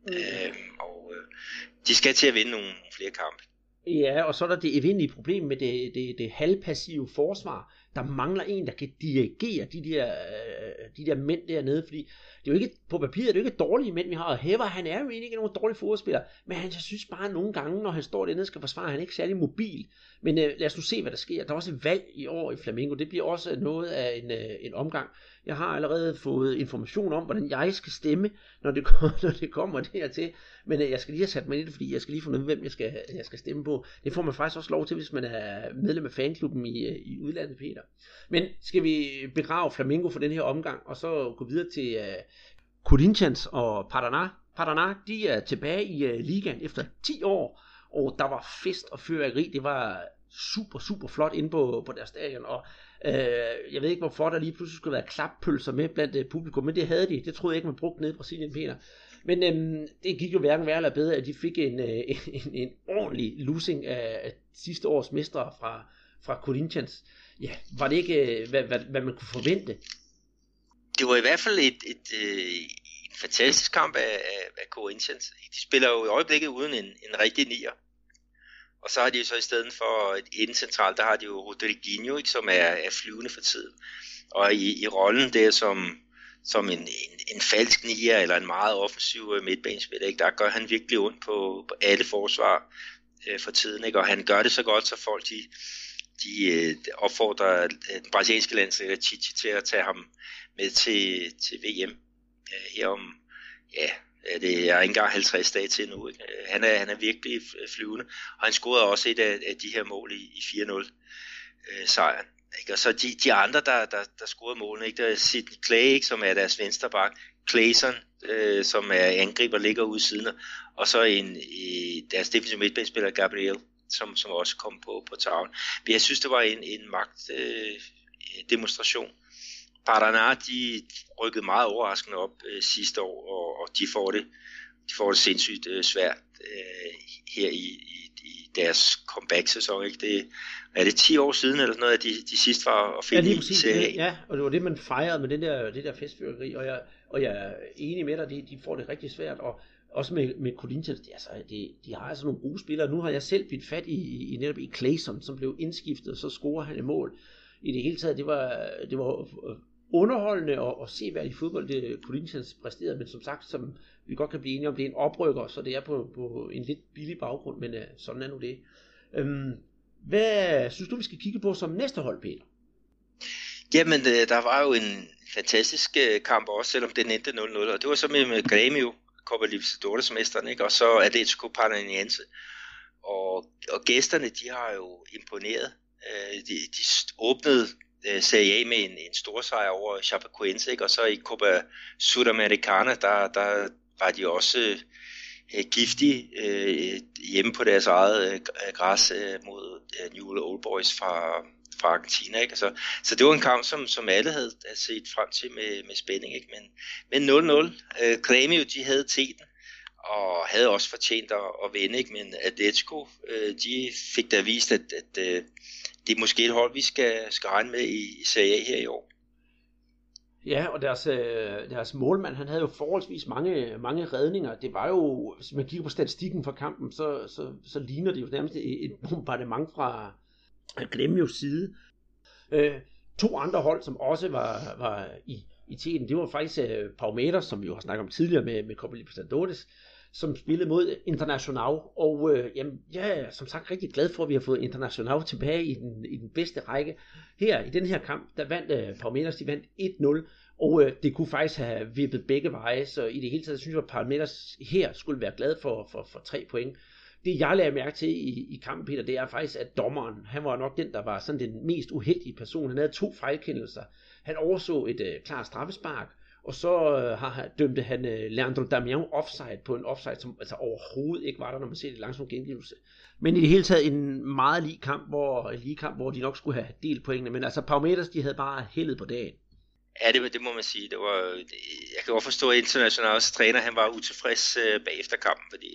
Og de skal til at vinde nogle flere kampe.
Ja, og så er der det evindelige problem med det halvpassive forsvar. Der mangler en, der kan dirigere de der mænd dernede, fordi det er jo ikke, på papiret er det jo ikke dårlige mænd, vi har. Og Hever, han er jo egentlig ikke nogen dårlig fodboldspiller, men jeg synes bare nogle gange, når han står dernede og skal forsvare, han er ikke særlig mobil. Men lad os nu se, hvad der sker. Der er også et valg i år i Flamengo. Det bliver også noget af en omgang. Jeg har allerede fået information om, hvordan jeg skal stemme, når det kommer dertil. Men jeg skal lige have sat mig i det, fordi jeg skal lige finde ud af, hvem jeg skal stemme på. Det får man faktisk også lov til, hvis man er medlem af fanklubben i udlandet, Peter. Men skal vi begrave Flamengo for den her omgang, og så gå videre til Corinthians og Paraná. Paraná, de er tilbage i ligaen efter 10 år, og der var fest og fyrværkeri. Det var super, super flot inde på deres stadion, og jeg ved ikke hvorfor der lige pludselig skulle være klappølser med blandt publikum, men det havde de. Det troede jeg ikke man brugte nede i Brasilien, Peter. Men det gik jo hverken værre eller bedre, at de fik en ordentlig losing af sidste års mestre fra Corinthians. Ja, var det ikke hvad man kunne forvente?
Det var i hvert fald en fantastisk kamp af Corinthians. De spiller jo i øjeblikket uden en rigtig nier. Og så har de jo så i stedet for et indcentral, der har de jo Rodriguinho, ikke, som er flyvende for tiden. Og i rollen der som en falsk nier eller en meget offensiv midtbanespiller, ikke, der gør han virkelig ondt på alle forsvar for tiden, ikke? Og han gør det så godt, så folk de opfordrer den brasilianske landslæger Tite til at tage ham med til VM her om, det er ikke engang 50 dage til nu, ikke? Han er virkelig flyvende, og han scorede også et af de her mål i 4-0 sejren. Ikke? Og så de andre, der scorede målene, ikke? Der er Sidney Clay, ikke, som er deres venstreback, Clayson, som er angriber, ligger ude siden, og så deres defensive midtbanespiller Gabriel, som også kom på tavlen. Men jeg synes, det var en magtdemonstration. Paraná, de rykkede meget overraskende op sidste år, og de får det sindssygt svært her i deres comeback-sæson. Ikke? Er det 10 år siden, eller sådan noget, at de sidst var at finde i Serie A?
Ja, og det var det, man fejrede med det der festfyrkeri, og jeg er enig med dig, de får det rigtig svært, og også med Corinthians, de har altså nogle gode spillere. Nu har jeg selv blivet fat i netop i Clayson, som blev indskiftet, og så scorer han et mål. I det hele taget, det var underholdende at se, hvad i fodbold det Corinthians præsterede, men som sagt, som vi godt kan blive enige om, det er en oprykker, så det er på en lidt billig baggrund, men sådan er nu det. Hvad synes du, vi skal kigge på som næste hold, Peter?
Jamen, der var jo en fantastisk kamp også, selvom den endte 0-0, og det var så med Grêmio, Copa Libertadores mesteren, ikke? Og så Atlético Paranaense. Og gæsterne, de har jo imponeret. De åbnede Serie A med en stor sejr over Chapecoense, ikke? Og så i Copa Sudamericana, der var de også giftige hjemme på deres eget græs mod Newell's Old Boys fra Argentina, ikke? Så det var en kamp, som alle havde set frem til med spænding, ikke? Men 0-0. Grêmio, de havde teten og havde også fortjent at vinde, ikke? Men Atlético, de fik da vist, at det er måske et hold, vi skal regne med i Serie A her i år.
Ja, og deres målmand, han havde jo forholdsvis mange redninger. Det var jo, hvis man kigger på statistikken for kampen, så ligner det jo nærmest et bombardement fra Grêmio's side. 2 andre hold, som også var i tiden, det var faktisk Palmeiras, som vi jo har snakket om tidligere med Copa Libertadores, som spillede mod Internacional, og jeg er som sagt rigtig glad for, at vi har fået Internacional tilbage i den bedste række. Her i den her kamp, der vandt Palmeiras, de vandt 1-0, og det kunne faktisk have vippet begge veje, så i det hele taget synes jeg, at Palmeiras her skulle være glad for 3 point. Det jeg lagde mærke til i kampen, Peter, det er faktisk, at dommeren, han var nok den, der var sådan den mest uheldige person. Han havde 2 fejlkendelser. Han overså et klart straffespark, og så dømte han Leandro Damian offside på en offside, som altså overhovedet ikke var der, når man ser det langsomt gengivelse. Men i det hele taget en meget lige kamp, hvor de nok skulle have delt pointene. Men altså Palmeiras, de havde bare heldet på dagen.
Ja, det må man sige. Jeg kan godt forstå, at Internationals træner, han var utilfreds bagefter kampen, fordi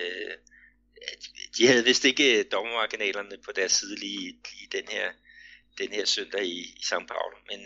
de havde vist ikke dommermarginalerne på deres side lige den her søndag i São Paulo. Men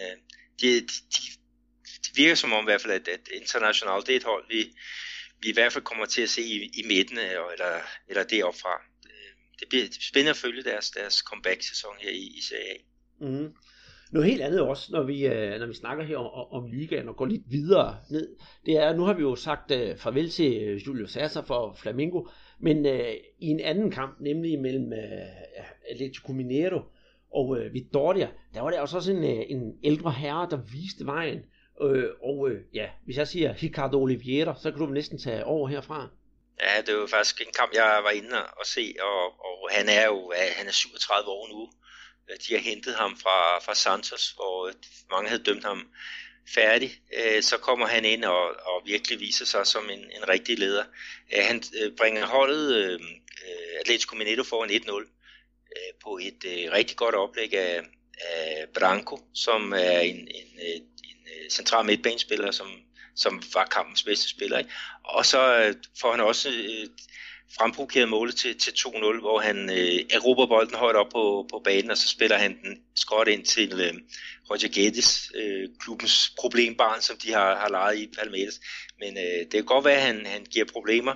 det virker som om i hvert fald, at International, det er et hold, vi i hvert fald kommer til at se i midten, eller deroppe fra. Det bliver spændende at følge deres comeback-sæson her i Serie A.
Mm. Noget helt andet også, når vi snakker her om ligaen og går lidt videre ned, det er, nu har vi jo sagt farvel til Julio César for Flamengo, men i en anden kamp, nemlig mellem Atlético Mineiro og Vitória, der var der også en ældre herre, der viste vejen, hvis jeg siger Ricardo Oliveira, så kan du næsten tage over herfra.
Ja, det var faktisk en kamp, jeg var inde og se, og han er 37 år nu. De har hentet ham fra Santos, hvor mange havde dømt ham færdig. Så kommer han ind og virkelig viser sig som en rigtig leder. Han bringer holdet Atlético Mineiro foran 1-0 på et rigtig godt oplæg af Branco, som er en central midtbanespiller, som var kampens bedste spiller. Ikke? Og så får han også fremprovokeret målet til 2-0, hvor han erobrer bolden højt op på banen, og så spiller han den skråt ind til Roger Guedes, klubbens problembarn, som de har lejet i Palmeiras. Men det kan godt være, at han giver problemer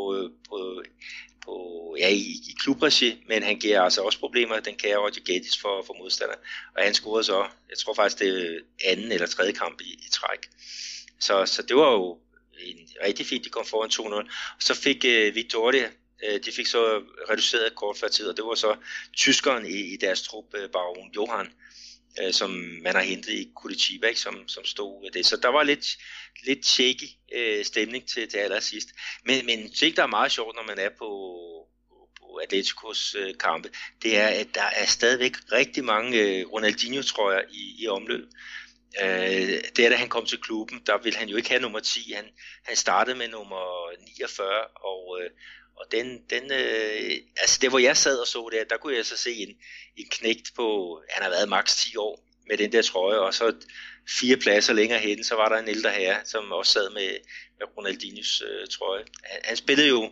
i klubregi, men han giver altså også problemer, den kære Roger Guedes for modstander. Og han scorede så, jeg tror faktisk, det er anden eller tredje kamp i træk. Så det var jo en rigtig fint, de kom foran 2-0. Og så fik Vitória, de fik så reduceret kort før tid, og det var så tyskeren i deres trup, Baron Johan, som man har hentet i Curitiba, ikke, som stod ved det. Så der var lidt shaky stemning til allersidst. Men ting, der er meget sjovt, når man er på Atleticos kampe, det er, at der er stadigvæk rigtig mange Ronaldinho-trøjer i omløb. Det er, da han kom til klubben, der ville han jo ikke have nummer 10. Han startede med nummer 49, og den altså det, hvor jeg sad og så det, der kunne jeg så se en knægt på, han har været maks 10 år med den der trøje, og så 4 pladser længere hen, så var der en ældre herre, som også sad med Ronaldinhos trøje. Han spillede jo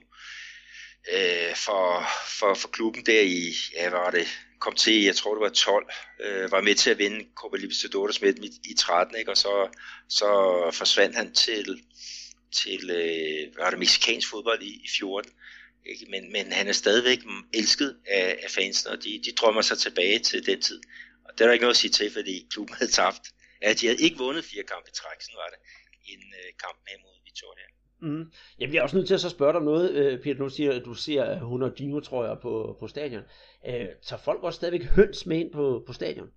for klubben der i, var det, kom til, jeg tror det var 12, var med til at vinde Copa Libertadores med i 13, ikke? Og så forsvandt han til var det mexicansk fodbold i 14, ikke? Men han er stadigvæk elsket af fansene, og de drømmer sig tilbage til den tid. Og det er der ikke noget at sige til, fordi klubben havde tabt. Ja, de havde ikke vundet 4 kampe i træk, sådan var det, en kamp med mod Vitória.
Mm. Jeg bliver også nødt til at så spørge dig om noget, Peter. Nu siger at du ser 100 Dino-trøjer på stadion. Tager folk også stadigvæk høns med ind på stadion?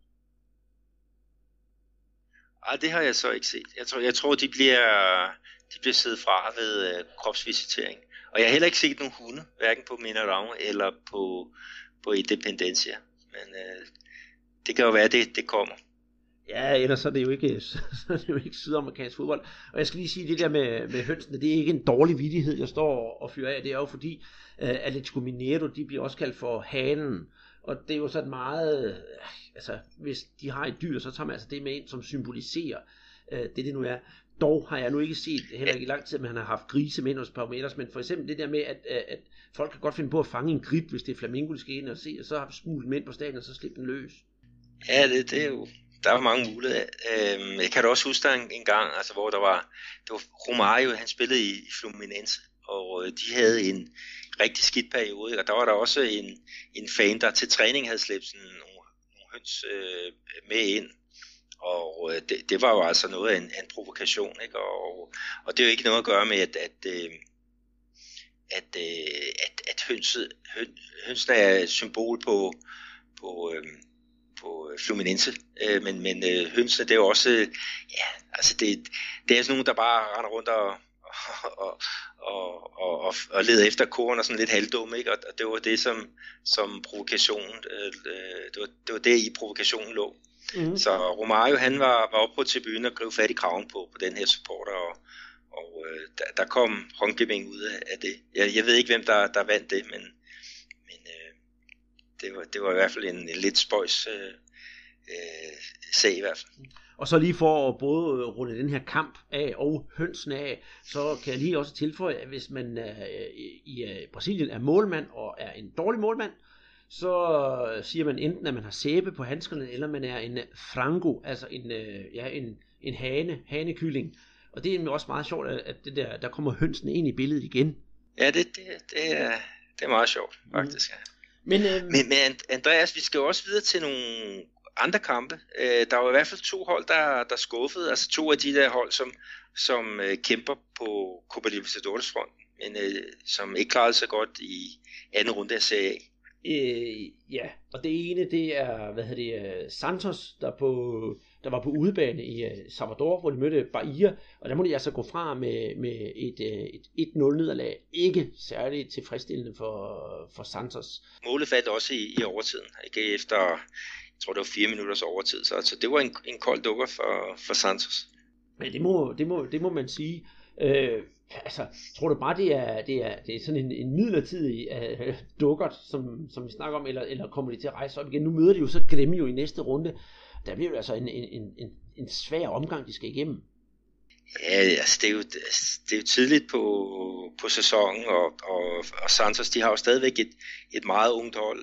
Ej, det har jeg så ikke set. Jeg tror de bliver siddet fra ved kropsvisitering. Og jeg har heller ikke set nogen hunde, hverken på Mineirão eller på Independencia. Men det kan jo være, det kommer.
Ja, ellers så er det jo ikke sydamerikansk fodbold. Og jeg skal lige sige, det der med hønsene, det er ikke en dårlig vittighed, jeg står og fyrer af. Det er jo fordi, Atlético Mineiro, de bliver også kaldt for hanen. Og det er jo sådan meget, altså hvis de har et dyr, så tager man altså det med ind, som symboliserer det nu er. Dog har jeg nu ikke set, heller ikke i lang tid, at man har haft grise med ind hos Palmeiras, men for eksempel det der med, at folk kan godt finde på at fange en grib, hvis det er flamingo, de skal ind og se, og så har vi smuglet dem ind på stadion, og så slipper den løs.
Ja, det er jo der var mange muligheder. Jeg kan da også huske der en gang, altså, hvor det var Romario, han spillede i Fluminense, og de havde en rigtig skidt periode, og der var der også en fan, der til træning havde slæbt sådan nogle høns med ind, og det var jo altså noget af en provokation, ikke? Og det er jo ikke noget at gøre med, at hønsene er symbol på Fluminense, men hønsene, det er jo også, ja, altså det er sådan nogen, der bare render rundt og leder efter korn og sådan lidt halvdumme, ikke? Og det var det som provokationen, det var det i provokationen lå. Mm-hmm. Så Romario, han var oppe på tribunen og greb fat i kraven på den her supporter, og der kom håndgivning ud af det. Jeg ved ikke, hvem der vandt det, men det var i hvert fald en lidt spøjs sag i hvert fald.
Og så lige for at både runde den her kamp af og hønsene af, så kan jeg lige også tilføje, at hvis man i Brasilien er målmand og er en dårlig målmand, så siger man enten, at man har sæbe på handskerne, eller man er en frango, altså en hanekylling. Og det er også meget sjovt, at det der kommer hønsene ind i billedet igen.
Ja, det er meget sjovt, faktisk. Men Andreas, vi skal jo også videre til nogle andre kampe. Der var i hvert fald 2 hold, der skuffede, altså 2 af de der hold, som kæmper på Copa Libertadores fronten, men som ikke klarede sig godt i anden runde af Serie A.
Ja, og det ene, det er, Santos, der var på udebane i Salvador, hvor de mødte Bahia, og der må de altså gå fra med et 1-0 nederlag. Ikke særligt tilfredsstillende for Santos.
Målet faldt også i overtiden, ikke efter, jeg tror det var 4 minutters overtid, så det var en kold dukker for Santos.
Men det må man sige. Altså, tror du bare, det er sådan en midlertidig dukkert, som vi snakker om, eller kommer de til at rejse op igen? Nu møder de jo så Grêmio i næste runde. Der bliver jo altså en svær omgang, de skal igennem.
Ja, altså det er jo tidligt på sæsonen, og Santos, de har jo stadigvæk et meget ungt hold.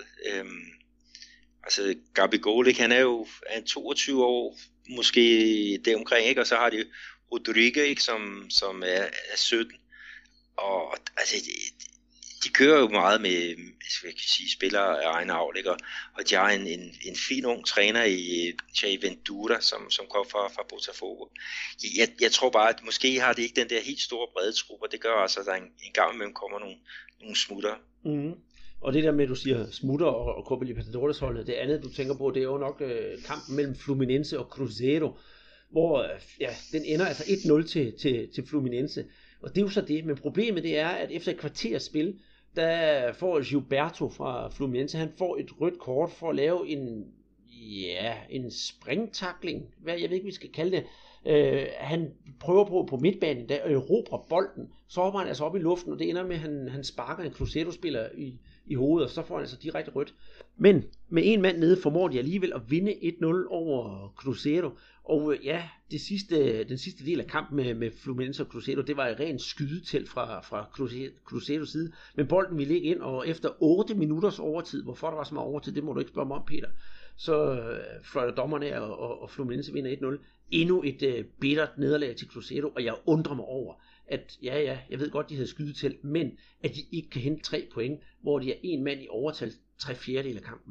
Altså Gabigol, han er jo 22 år, måske deromkring, ikke? Og så har de Rodrigo, ikke, som er 17, og altså de kører jo meget med, skal jeg sige, spillere af egen avl, ikke? Og de har en fin ung træner i Jair Ventura, som kom fra Botafogo. Jeg tror bare, at måske har det ikke den der helt store brede trup, og det gør altså, at der en gang imellem kommer nogle smutter.
Mm. Og det der med, at du siger smutter og Copa Libertadores holdet, det andet du tænker på, det er jo nok kampen mellem Fluminense og Cruzeiro, hvor den ender altså 1-0 til Fluminense. Og det er jo så det, men problemet det er, at efter et kvarters spil, der får Gilberto fra Fluminense, han får et rødt kort for at lave en springtackling, hvad jeg ved ikke, vi skal kalde det. Han prøver på midtbanen, der erobrer bolden, så hopper han altså op i luften, og det ender med, at han sparker en Cruzeiro-spiller i hovedet, og så får han altså direkte rødt. Men med en mand nede formår de alligevel at vinde 1-0 over Cruzeiro, og den sidste del af kampen med Fluminense og Cruzeiro, det var et rent skydetelt fra Cruzeiros side, men bolden ville ikke ind, og efter 8 minutters overtid, hvorfor der var så meget overtid, det må du ikke spørge mig om, Peter, så fløjter dommerne af, og Fluminense vinder 1-0. Endnu et bittert nederlag til Cruzeiro, og jeg undrer mig over, at jeg ved godt, de havde skydetelt, men at de ikke kan hente 3 point, hvor de er en mand i overtal 3/4 af kampen.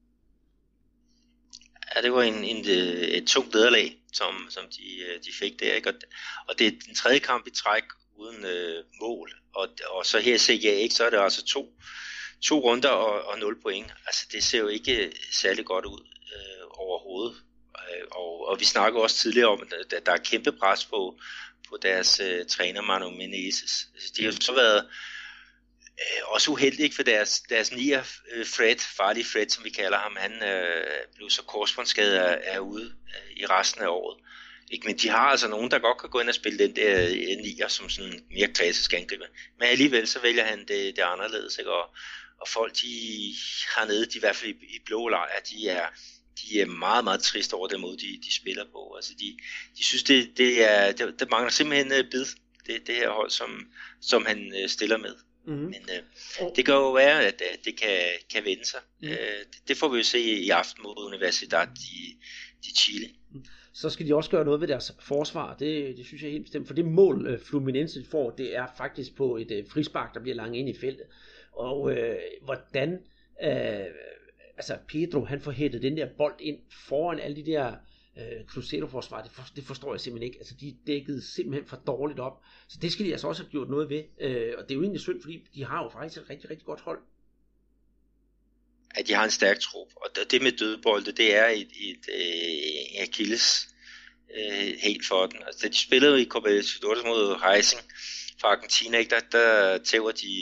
Ja, det var et tungt nederlag, som de fik der, ikke? Og det er den 3. kamp i træk uden mål, og så her i Serie A, ikke, så er det altså to runder og 0 point. Altså det ser jo ikke særlig godt ud overhovedet. Og vi snakkede også tidligere om, at der er kæmpe pres på deres træner Manu Menezes. Altså, de har så været også uheldige for deres nier, farlig Fred, som vi kalder ham. Han blev så korsbåndsskadet er ude i resten af året. Ikke? Men de har altså nogen, der godt kan gå ind og spille den der nier som sådan mere klassisk angriber. Men alligevel så vælger han det anderledes. Ikke? Og folk de hernede, de i hvert fald i blå lejr, de er meget, meget trist over den måde, de spiller på. Altså de synes, det mangler simpelthen bid, det her hold, som han stiller med. Mm-hmm. Men det kan jo være, at det kan vende sig. Det får vi jo se i aften mod Universidad de Chile.
så skal de også gøre noget ved deres forsvar. Det synes jeg er helt bestemt. For det mål, Fluminense får, det er faktisk på et frispark, der bliver langt ind i feltet. Og hvordan Pedro, han får hættet den der bold ind foran alle de der Cruzeiro-forsvar, det forstår jeg simpelthen ikke. Altså, de dækkede simpelthen for dårligt op. Så det skal de altså også have gjort noget ved. Og det er jo egentlig synd, fordi de har jo faktisk et rigtig, rigtig godt hold.
At de har en stærk trup, og det med dødbolde, det er et Achilles helt for den. Altså, da de spillede i Copa Libertadores mod Racing fra Argentina, ikke, der tæver de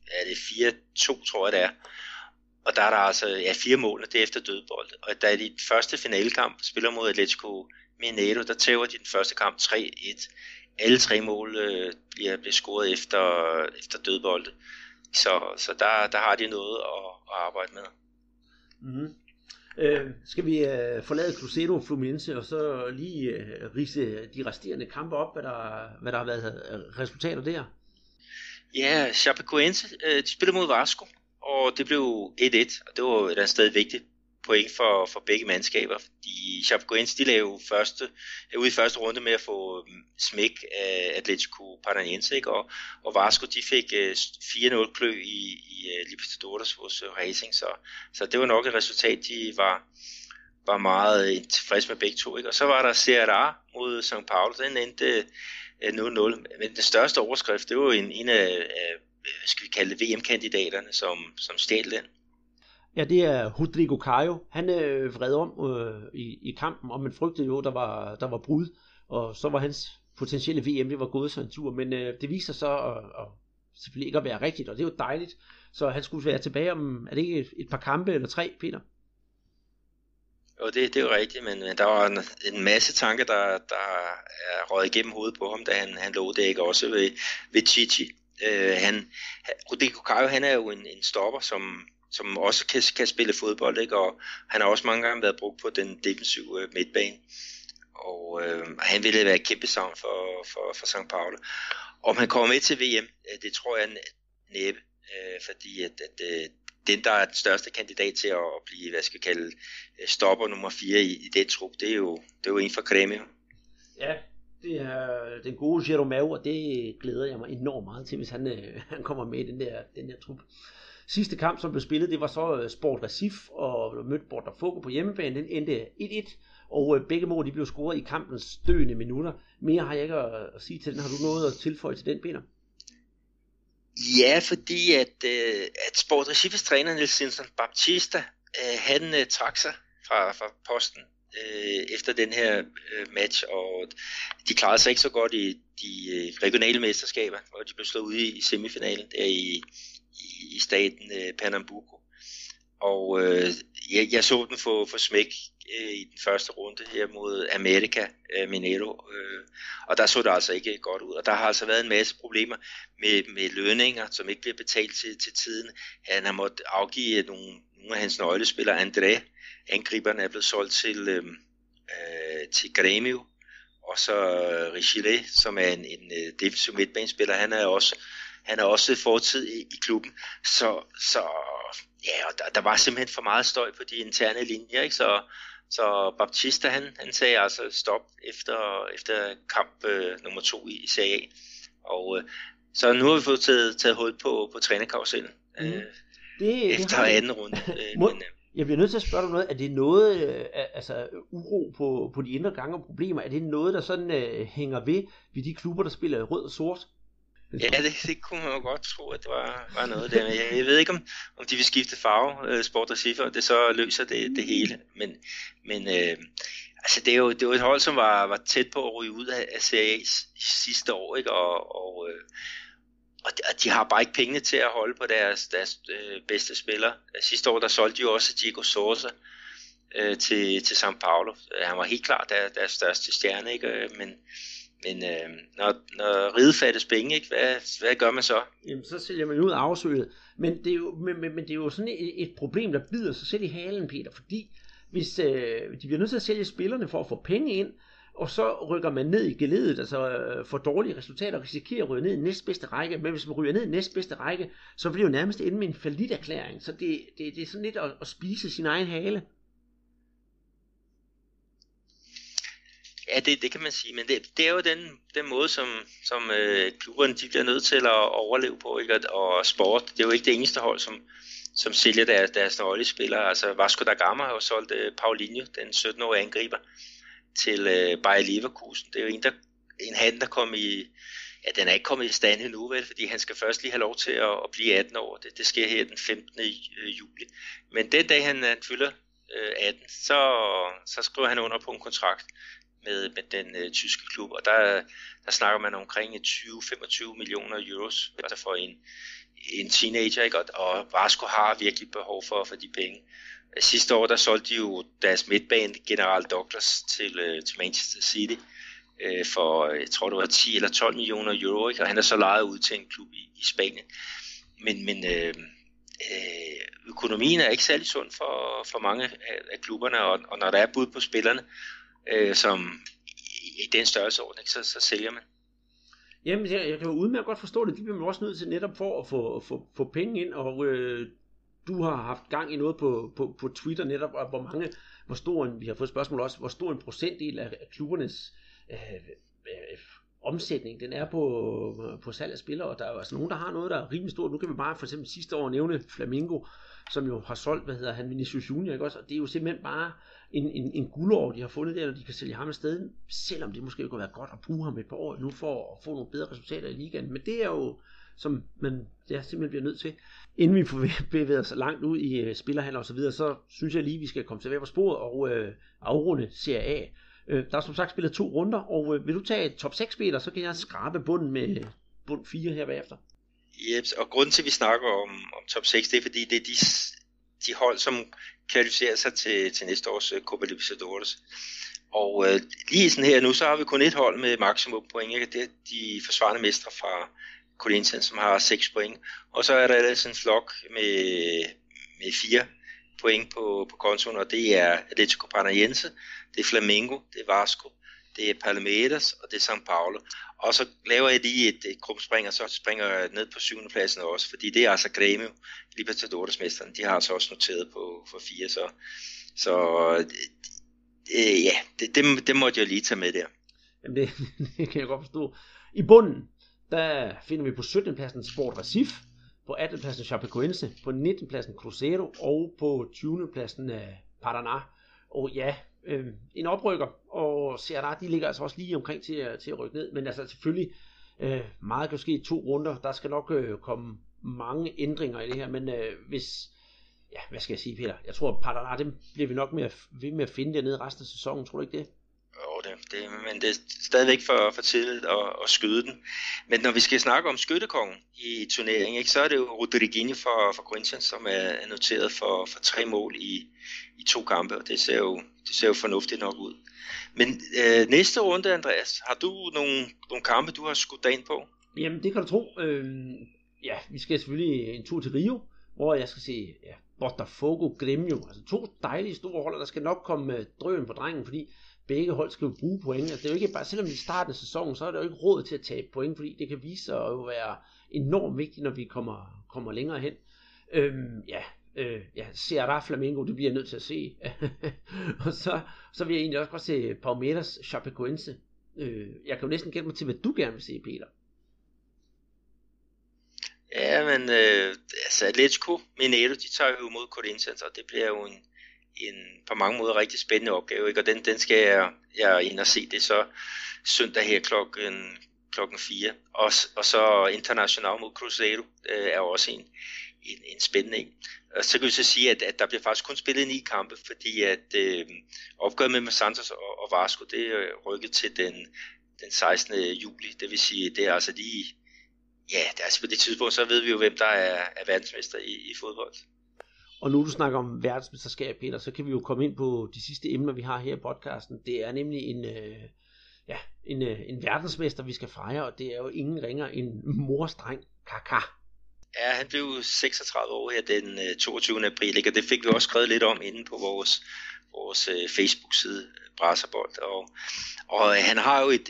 4-2, tror jeg det er. Og der er der altså 4 mål, og det er efter dødbolde. Og da de første finalekamp spiller mod Atletico Mineiro, der tæver de den første kamp 3-1. Alle 3 mål bliver scoret efter dødbolde. Så der har de noget at arbejde med.
Mm-hmm. Skal vi forlade Cruzeiro Fluminense og så lige ridse de resterende kampe op, hvad der har været resultater der?
Ja, Chapecoense, de spillede mod Vasco, og det blev 1-1, og det var et stadig vigtigt point for begge mandskaber, fordi Chapecoense, de lavede ude i første runde med at få smæk af Atletico Paranaense, ikke? Og Vasco, de fik 4-0 klø i Libertadores hos Racing, så det var nok et resultat, de var meget tilfreds med begge to, ikke? Og så var der Ceará mod São Paulo, den endte 0-0, men den største overskrift, det var en af skal vi kalde det, VM-kandidaterne, som stjal den.
Ja, det er Rodrigo Caio. Han vred om i kampen, og man frygtede jo, der var brud, og så var hans potentielle VM, det var gået så en tur, men det viser så at selvfølgelig ikke at være rigtigt, og det er jo dejligt, så han skulle være tilbage om, er det ikke et par kampe eller 3, Peter?
Jo, det er jo rigtigt, men der var en masse tanker, der er røget igennem hovedet på ham, da han lå det, ikke, også ved Chichi. Rodrigo Caio, han er jo en stopper, som også kan spille fodbold, ikke? Og han har også mange gange været brugt på den defensive midtbane, og han ville være et kæmpe savn for São Paulo. Om han kommer med til VM, det tror jeg næppe, fordi at den, der er den største kandidat til at blive, hvad skal vi kalde, stopper nummer 4 i den trup, det er jo en fra Grêmio.
Ja, det er den gode Jeromel, og det glæder jeg mig enormt meget til, hvis han kommer med i den der trup. Sidste kamp, som blev spillet, det var så Sport Recife og mødte Botafogo på hjemmebane. Den endte 1-1, og begge mål de blev scoret i kampens døende minutter. Mere har jeg ikke at sige til den. Har du noget at tilføje til den, Peter?
Ja, fordi at Sport Recifes træner Nelson Baptista, han trak sig fra posten efter den her match, og de klarede sig ikke så godt i de regionale mesterskaber, hvor de blev slået ud i semifinalen der i staten Pernambuco. Og jeg så dem få smæk i den første runde her mod América Mineiro, og der så det altså ikke godt ud. Og der har altså været en masse problemer med lønninger, som ikke bliver betalt til tiden. Han har måttet afgive nogle af hans nøglespillere. André, angriberne, er blevet solgt til Grêmio, og så Richile, som er en defensiv midtbanespiller, han er også fortid i klubben. Så ja, og der var simpelthen for meget støj på de interne linjer, ikke? Så Baptista, han sagde altså stop efter kamp nummer 2 i Serie A. Og så nu har vi fået taget hul på trænerkarusellen efter anden runde.
Jeg bliver nødt til at spørge dig noget. Er det noget, uro på de indre gange og problemer, er det noget, der sådan hænger ved de klubber, der spiller rød og sort?
Ja, det kunne man jo godt tro, at det var noget der. Jeg ved ikke, om de vil skifte farve, Sport Recife, og det så løser det hele. Men det er jo et hold, som var tæt på at ryge ud af Serie A sidste år, ikke? Og de har bare ikke pengene til at holde på deres bedste spillere. Sidste år, der solgte de jo også Diego Souza til São Paulo. Han var helt klart deres største stjerne, ikke? Men når riget fattes penge, ikke? Hvad gør man så?
Jamen, så sælger man ud af afsøget. Men det er jo sådan et problem, der bider sig selv i halen, Peter, fordi hvis de bliver nødt til at sælge spillerne for at få penge ind, og så rykker man ned i geledet, altså for dårlige resultater, og risikerer at ryge ned i næstbedste række, men hvis man ryger ned i næstbedste række, så bliver det jo nærmest ende med en falliterklæring, så det er sådan lidt at spise sin egen hale.
Ja, det kan man sige, men det er jo den måde, som klubberne de bliver nødt til at overleve på, ikke? Og sport, det er jo ikke det eneste hold, som sælger deres nøglespillere. Altså Vasco da Gama har jo solgt Paulinho, den 17-årige angriber, til Bayer Leverkusen. Det er jo en handel, der kom i... Ja, den er ikke kommet i stand endnu, vel, fordi han skal først lige have lov til at blive 18 år. Det sker her den 15. juli. Men den dag, han fylder 18, så skriver han under på en kontrakt med den tyske klub, og der snakker man omkring 20-25 millioner euros altså for en teenager, ikke? Og Vasco har virkelig behov for de penge. Sidste år, der solgte de jo deres midtbane, General Douglas, til Manchester City for, jeg tror det var 10 eller 12 millioner euro, ikke? Og han er så lejet ud til en klub i Spanien. Men økonomien er ikke særlig sund for mange af klubberne, og når der er bud på spillerne, som i den størrelseordning, så sælger man.
Jamen, jeg kan jo udmærket godt forstå det. De bliver man også nødt til netop for at få penge ind, og du har haft gang i noget på Twitter netop, og hvor stor vi har fået spørgsmål også, hvor stor en procentdel af klubbernes omsætning, den er på salg af spillere, og der er jo altså nogen, der har noget, der er rimelig stort. Nu kan vi bare for eksempel sidste år nævne Flamengo, som jo har solgt, Vinicius Junior, ikke også? Og det er jo simpelthen bare en guldår, de har fundet der, og de kan sælge ham afsted, selvom det måske kunne være godt at bruge ham et par år nu for at få nogle bedre resultater i ligaen. Men det er jo, som man simpelthen bliver nødt til. Inden vi får bevæget os langt ud i spillerhandler og så videre, så synes jeg lige, vi skal komme tilbage på sporet og afrunde Serie A. Der er som sagt spillet 2 runder, og vil du tage top 6 spiller, så kan jeg skrabe bunden med bund 4 her bagefter.
Jeps, og grunden til, at vi snakker om top 6, det er fordi, det er de hold, som kvalificerer sig til næste års Copa Libertadores. Og lige sådan her nu, så har vi kun et hold med maksimum point, ikke? Det er de forsvarende mestre fra Corinthians, som har 6 point. Og så er der ellers en flok med 4 point på kontoen, og det er Atlético Paranaense, det er Flamengo, det er Vasco, det er Palmeiras, og det er São Paulo. Og så laver jeg lige et gruppespring, og så springer jeg ned på 7. pladsen også, fordi det er altså Grêmio, Libertadores-mesteren, de har altså også noteret for 4, så det måtte jeg lige tage med der.
Jamen det kan jeg godt forstå. I bunden, der finder vi på 17. pladsen Sport Recife, på 18. pladsen Chapecoense, på 19. pladsen Cruzeiro, og på 20. pladsen Paraná. Og ja, en oprykker, og Ceará, de ligger altså også lige omkring til at rykke ned, men altså selvfølgelig meget kan ske i 2 runder, der skal nok komme mange ændringer i det her, men hvad skal jeg sige, Peter, jeg tror Paraná, dem bliver vi nok ved med at finde dernede resten af sæsonen, tror du ikke det?
Jo, men det er stadigvæk for tidligt at skyde den. Men når vi skal snakke om skyttekongen i turneringen, ikke, så er det jo Rodriguinho for Corinthians, som er noteret for 3 mål i 2 kampe, og det ser jo fornuftigt nok ud. Men næste runde, Andreas, har du nogle kampe, du har skudt dig ind på?
Jamen, det kan du tro. Vi skal selvfølgelig en tur til Rio, hvor jeg skal se Botafogo Grêmio, altså 2 dejlige store hold, der skal nok komme drøn på drengen, fordi begge hold skal jo bruge point. Altså, det er jo ikke bare, selvom det er starten af sæsonen, så er det jo ikke råd til at tabe point, fordi det kan vise sig at jo være enormt vigtigt, når vi kommer længere hen. Ceará Flamengo, det bliver jeg nødt til at se. Og så vil jeg egentlig også godt se Palmeiras Chapecoense. Jeg kan jo næsten gætte mig til, hvad du gerne vil se, Peter.
Ja, men Atlético Mineiro, de tager jo mod Corinthians, og det bliver jo en på mange måder rigtig spændende opgave, ikke? Og den skal jeg ind og se. Det så søndag her klokken 4. Og så Internacional mod Cruzeiro er også en spændende en. Og så kan vi så sige, at der bliver faktisk kun spillet 9 kampe, fordi at opgøret med Santos og Vasco, det er rykket til den 16. juli. Det vil sige, det er altså lige, det er altså på det tidspunkt, så ved vi jo, hvem der er verdensmester i fodbold.
Og nu du snakker om verdensmesterskab, Peter, så kan vi jo komme ind på de sidste emner, vi har her i podcasten. Det er nemlig en verdensmester, vi skal fejre, og det er jo ingen ringer end morstreng Kaká.
Ja, han blev 36 år her den 22. april, og det fik vi også skrevet lidt om inde på vores Facebook-side, Brasserbold. Og han har jo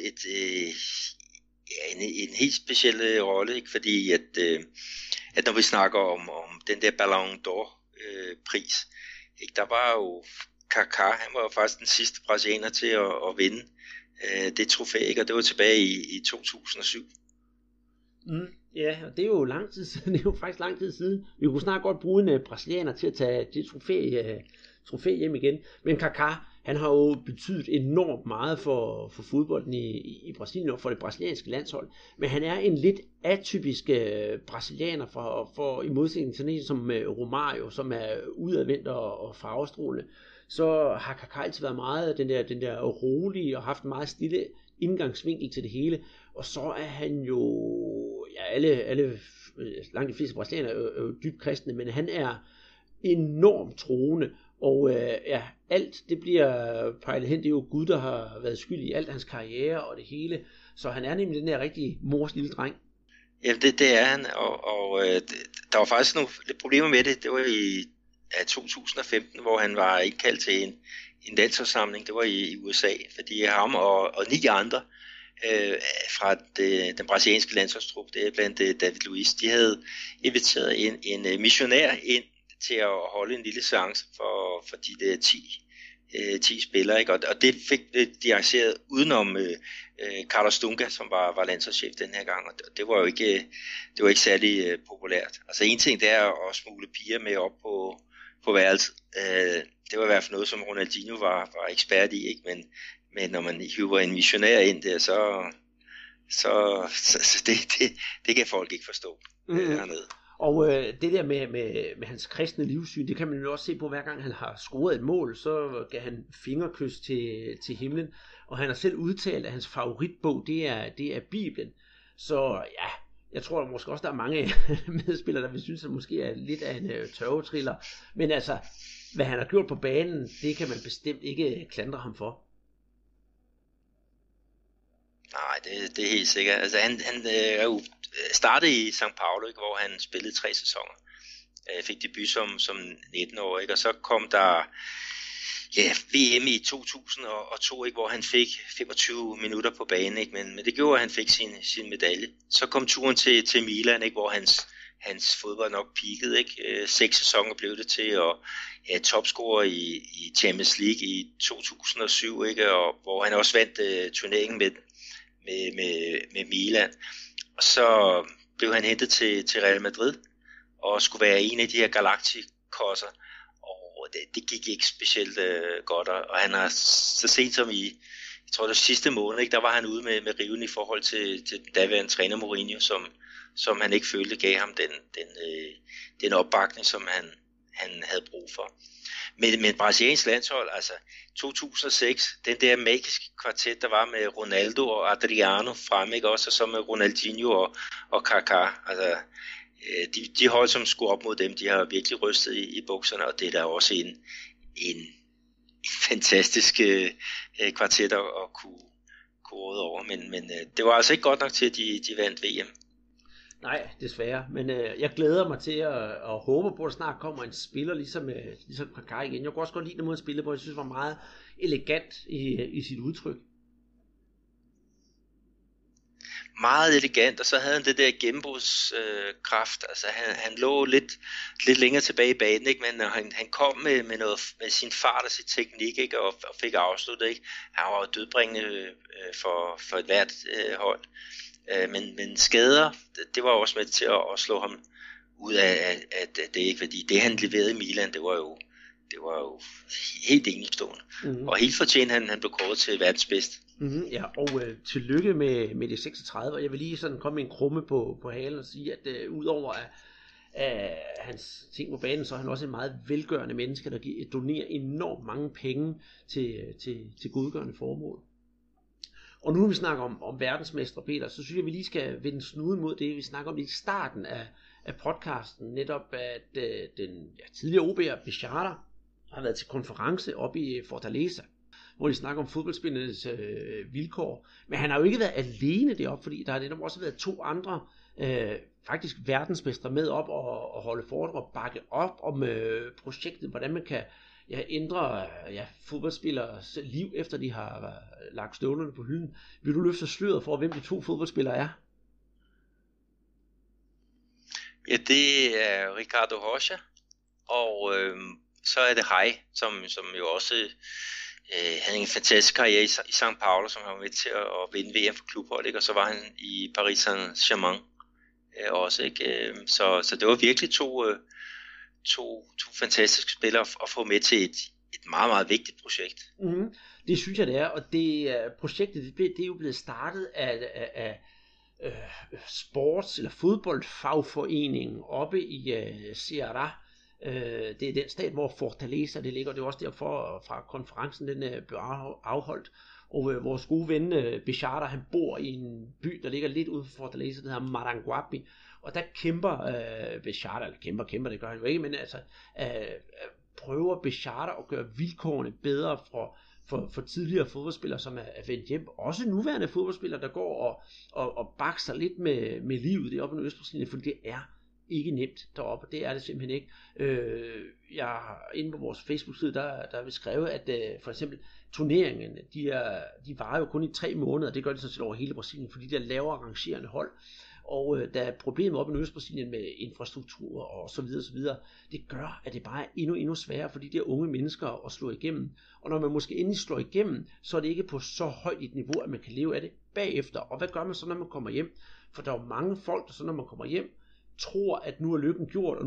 en helt speciel rolle, ikke? Fordi at når vi snakker om den der Ballon d'Or pris, ikke? Der var jo Kaká, han var jo faktisk den sidste brasilianer til at vinde det trofæ, ikke? Og det var tilbage i 2007.
Ja, og det er jo lang tid siden. Det er jo faktisk lang tid siden. Vi kunne snart godt bruge en brasilianer til at tage det trofæ hjem igen. Men Kaká, han har jo betydet enormt meget for fodbolden i Brasilien og for det brasilianske landshold. Men han er en lidt atypisk brasilianer for i modsætning til en som Romario, som er udadvendt og farvestrålende. Så har Kaká altid været meget den der rolige og haft en meget stille indgangsvinkel til det hele. Og så er han jo, ja, langt de fleste brasilianere er jo dybt kristne, men han er enormt troende. Og alt det bliver pejlet hen. Det er jo Gud, der har været skyld i alt hans karriere og det hele. Så han er nemlig den der rigtig mors lille dreng.
Ja, det er han. Og der var faktisk nogle lidt problemer med det. Det var i 2015, hvor han var indkaldt til en landsholdssamling. Det var i USA, fordi ham og 9 andre fra den brasilianske landsholdstrup, det er blandt David Luiz, de havde inviteret en missionær ind til at holde en lille seance for de der 10 spillere, ikke? Og det fik de arrangeret udenom Carlos Dunga, som var landsholdschef den her gang, og det var jo ikke særlig populært. Altså en ting, det er at smugle piger med op på værelset. Det var i hvert fald noget, som Ronaldinho var ekspert i, ikke? Men når man hiver en missionær ind der, så det kan folk ikke forstå hernede.
Og det der med hans kristne livssyn, det kan man jo også se på, hver gang han har scoret et mål, så gav han fingerkys til himlen. Og han har selv udtalt, at hans favoritbog, det er Bibelen. Så ja, jeg tror måske også, der er mange medspillere, der vil synes, at måske er lidt af en tørvetriller. Men altså, hvad han har gjort på banen, det kan man bestemt ikke klandre ham for.
Nej, det er helt sikkert. Altså, han er jo startede i São Paulo, ikke, hvor han spillede 3 sæsoner. Fik debut som 19-årig, ikke? Og så kom der VM i 2002, ikke, hvor han fik 25 minutter på banen, ikke? Men det gjorde, at han fik sin medalje. Så kom turen til Milan, ikke, hvor hans fodbold nok peakede, ikke? 6 sæsoner blev det til, og topscorer i Champions League i 2007, ikke? Og hvor han også vandt turneringen med Milan. Og så blev han hentet til Real Madrid og skulle være en af de her galaktikosser, og det gik ikke specielt godt, og han har så sent som jeg tror det sidste måned, ikke, der var han ude med riven i forhold til den daværende træner Mourinho, som han ikke følte gav ham den opbakning, som han havde brug for. Men brasiliansk landshold, altså 2006, den der magiske kvartet, der var med Ronaldo og Adriano fremme, ikke også, og så med Ronaldinho og Kaká, altså de hold, som skulle op mod dem, de har virkelig rystet i bukserne, og det er der også en fantastisk kvartet at kunne råde over, men det var altså ikke godt nok til, at de vandt VM.
Nej, desværre. Men jeg glæder mig til at håbe på, at der snart kommer en spiller ligesom Kaká igen. Jeg kunne også godt lide den måde at spille på. Jeg synes, det var meget elegant i sit udtryk.
Meget elegant, og så havde han det der gennembrudskraft. Altså han lå lidt længere tilbage i banen, ikke? Men han kom med sin fart og sin teknik, ikke? Og fik afsluttet, ikke? Han var jo dødbringende for et hvert hold. Men skader, det var også med til at slå ham ud af det, ikke? Fordi det han leverede i Milan, det var jo helt enestående. Mm-hmm. Og helt fortjent han blev kåret til verdens bedste.
Mm-hmm, ja, og tillykke med det 36, og jeg vil lige sådan komme med en krumme på halen og sige, at udover hans ting på banen, så er han også en meget velgørende menneske, der donerer enormt mange penge til godgørende formål. Og nu når vi snakker om verdensmestre, Peter, så synes jeg, at vi lige skal vende snuden mod det, vi snakker om i starten af podcasten, netop at den tidligere OB'er Bechara har været til konference oppe i Fortaleza, hvor de snakker om fodboldspillernes vilkår. Men han har jo ikke været alene deroppe, fordi der har netop også været 2 andre faktisk verdensmestre med op og holde foredrag og bakke op om projektet, hvordan man kan ændre fodboldspillers liv, efter de har lagt støvlerne på hylden. Vil du løfte sløret for, hvem de 2 fodboldspillere er?
Ja, det er Ricardo Rocha, og så er det Hej, som jo også havde en fantastisk karriere i São Paulo, som han var med til at vinde VM for klubhold, ikke? Og så var han i Paris Saint-Germain også, ikke? Så det var virkelig to fantastiske spillere at få med til et meget, meget vigtigt projekt.
Mm-hmm. Det synes jeg, det er, og projektet det er jo blevet startet af sports- eller fodboldfagforeningen oppe i Ceará. Det er den stat, hvor Fortaleza det ligger, og det er også derfor fra konferencen den blev afholdt. Og vores gode ven Bechara, han bor i en by, der ligger lidt ude for Fortaleza, der hedder Maranguape. Og der kæmper Bechara, eller kæmper, det gør han jo ikke, men altså prøver Bechara at gøre vilkårene bedre for tidligere fodboldspillere, som er vendt hjem. Også nuværende fodboldspillere, der går og bakser lidt med livet deroppe i Østbrasilien, for det er ikke nemt deroppe, det er det simpelthen ikke. Jeg har inde på vores Facebook-side, der vil skrevet, at for eksempel turneringerne, de varer jo kun i 3 måneder, det gør det sådan set over hele Brasilien, fordi de er lavere arrangerende hold. Og der er problemer oppe i Østbrasilien med infrastruktur og så videre, det gør, at det bare er endnu sværere for de der unge mennesker at slå igennem. Og når man måske endelig slår igennem, så er det ikke på så højt et niveau, at man kan leve af det bagefter. Og hvad gør man så, når man kommer hjem? For der er jo mange folk, der så når man kommer hjem, tror, at nu er lykken gjort, og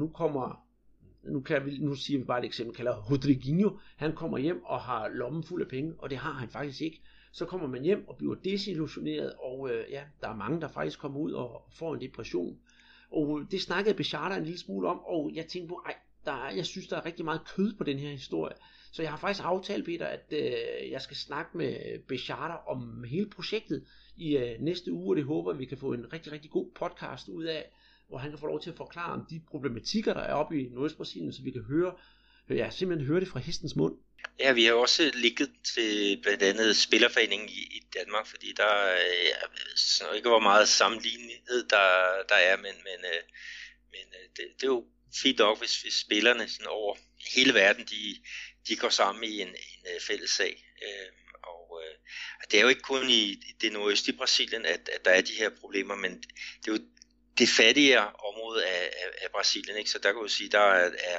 nu siger vi bare et eksempel, kalder Rodriguinho, han kommer hjem og har lommen fuld af penge, og det har han faktisk ikke. Så kommer man hjem og bliver desillusioneret, og der er mange, der faktisk kommer ud og får en depression. Og det snakkede Bechara en lille smule om, og jeg tænkte på, jeg synes, der er rigtig meget kød på den her historie. Så jeg har faktisk aftalt, Peter, at jeg skal snakke med Bechara om hele projektet i næste uge, og det håber, at vi kan få en rigtig, rigtig god podcast ud af, hvor han kan få lov til at forklare om de problematikker, der er oppe i Nordøstbrasilien, så vi kan simpelthen høre det fra hestens mund.
Ja, vi har også ligget til blandt andet Spillerforeningen i Danmark, fordi der er ikke hvor meget sammenlignelighed der er, men det er jo fint nok, hvis spillerne sådan over hele verden, de går sammen i en fælles sag. Og det er jo ikke kun i det nordøstlige Brasilien, at der er de her problemer, men det er jo det fattigere område af Brasilien, ikke? Så der kan du sige, der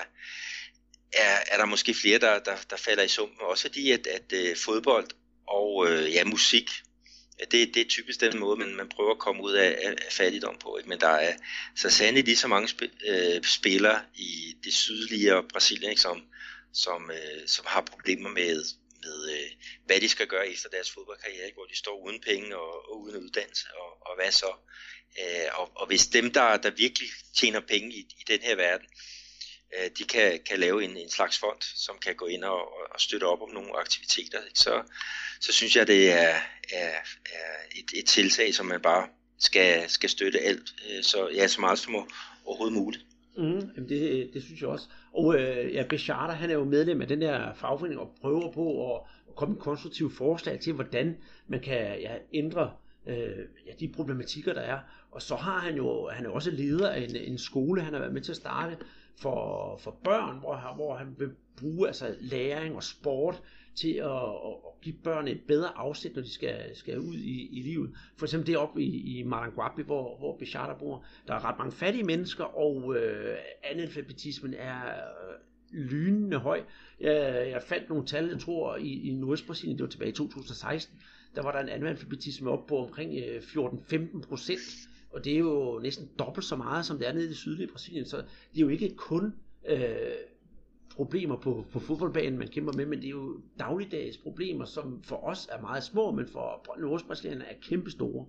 er der måske flere, der falder i sumpen, også fordi at fodbold og musik, det er typisk den måde, man prøver at komme ud af fattigdom på, ikke? Men der er så sandelig lige så mange spillere i det sydlige Brasilien, ikke? Som har problemer med hvad de skal gøre efter deres fodboldkarriere, ikke? Hvor de står uden penge og uden uddannelse, og hvad så? Og hvis dem, der virkelig tjener penge i den her verden, de kan lave en slags fond, som kan gå ind og støtte op om nogle aktiviteter, ikke? Så synes jeg, det er et tiltag, som man bare skal støtte alt, så meget som overhovedet muligt.
Jamen det synes jeg også. Og Bechara, han er jo medlem af den der fagforening og prøver på at komme med konstruktive forslag til, hvordan man kan ændre de problematikker, der er. Og så har han er også leder af en skole, han har været med til at starte for børn, hvor han vil bruge altså læring og sport til at give børn et bedre afsæt, når de skal ud i livet. For eksempel deroppe i Maranguape, hvor Bechara bor, der er ret mange fattige mennesker, og analfabetismen er lynende høj. Jeg fandt nogle tal, jeg tror, i Nordøstbrasilien, det var tilbage i 2016, der var der en analfabetisme op på omkring 14-15%, og det er jo næsten dobbelt så meget, som det er nede i det sydlige Brasilien, så det er jo ikke kun problemer på fodboldbanen, man kæmper med, men det er jo dagligdags problemer, som for os er meget små, men for nordøstbrasilianerne er kæmpe store.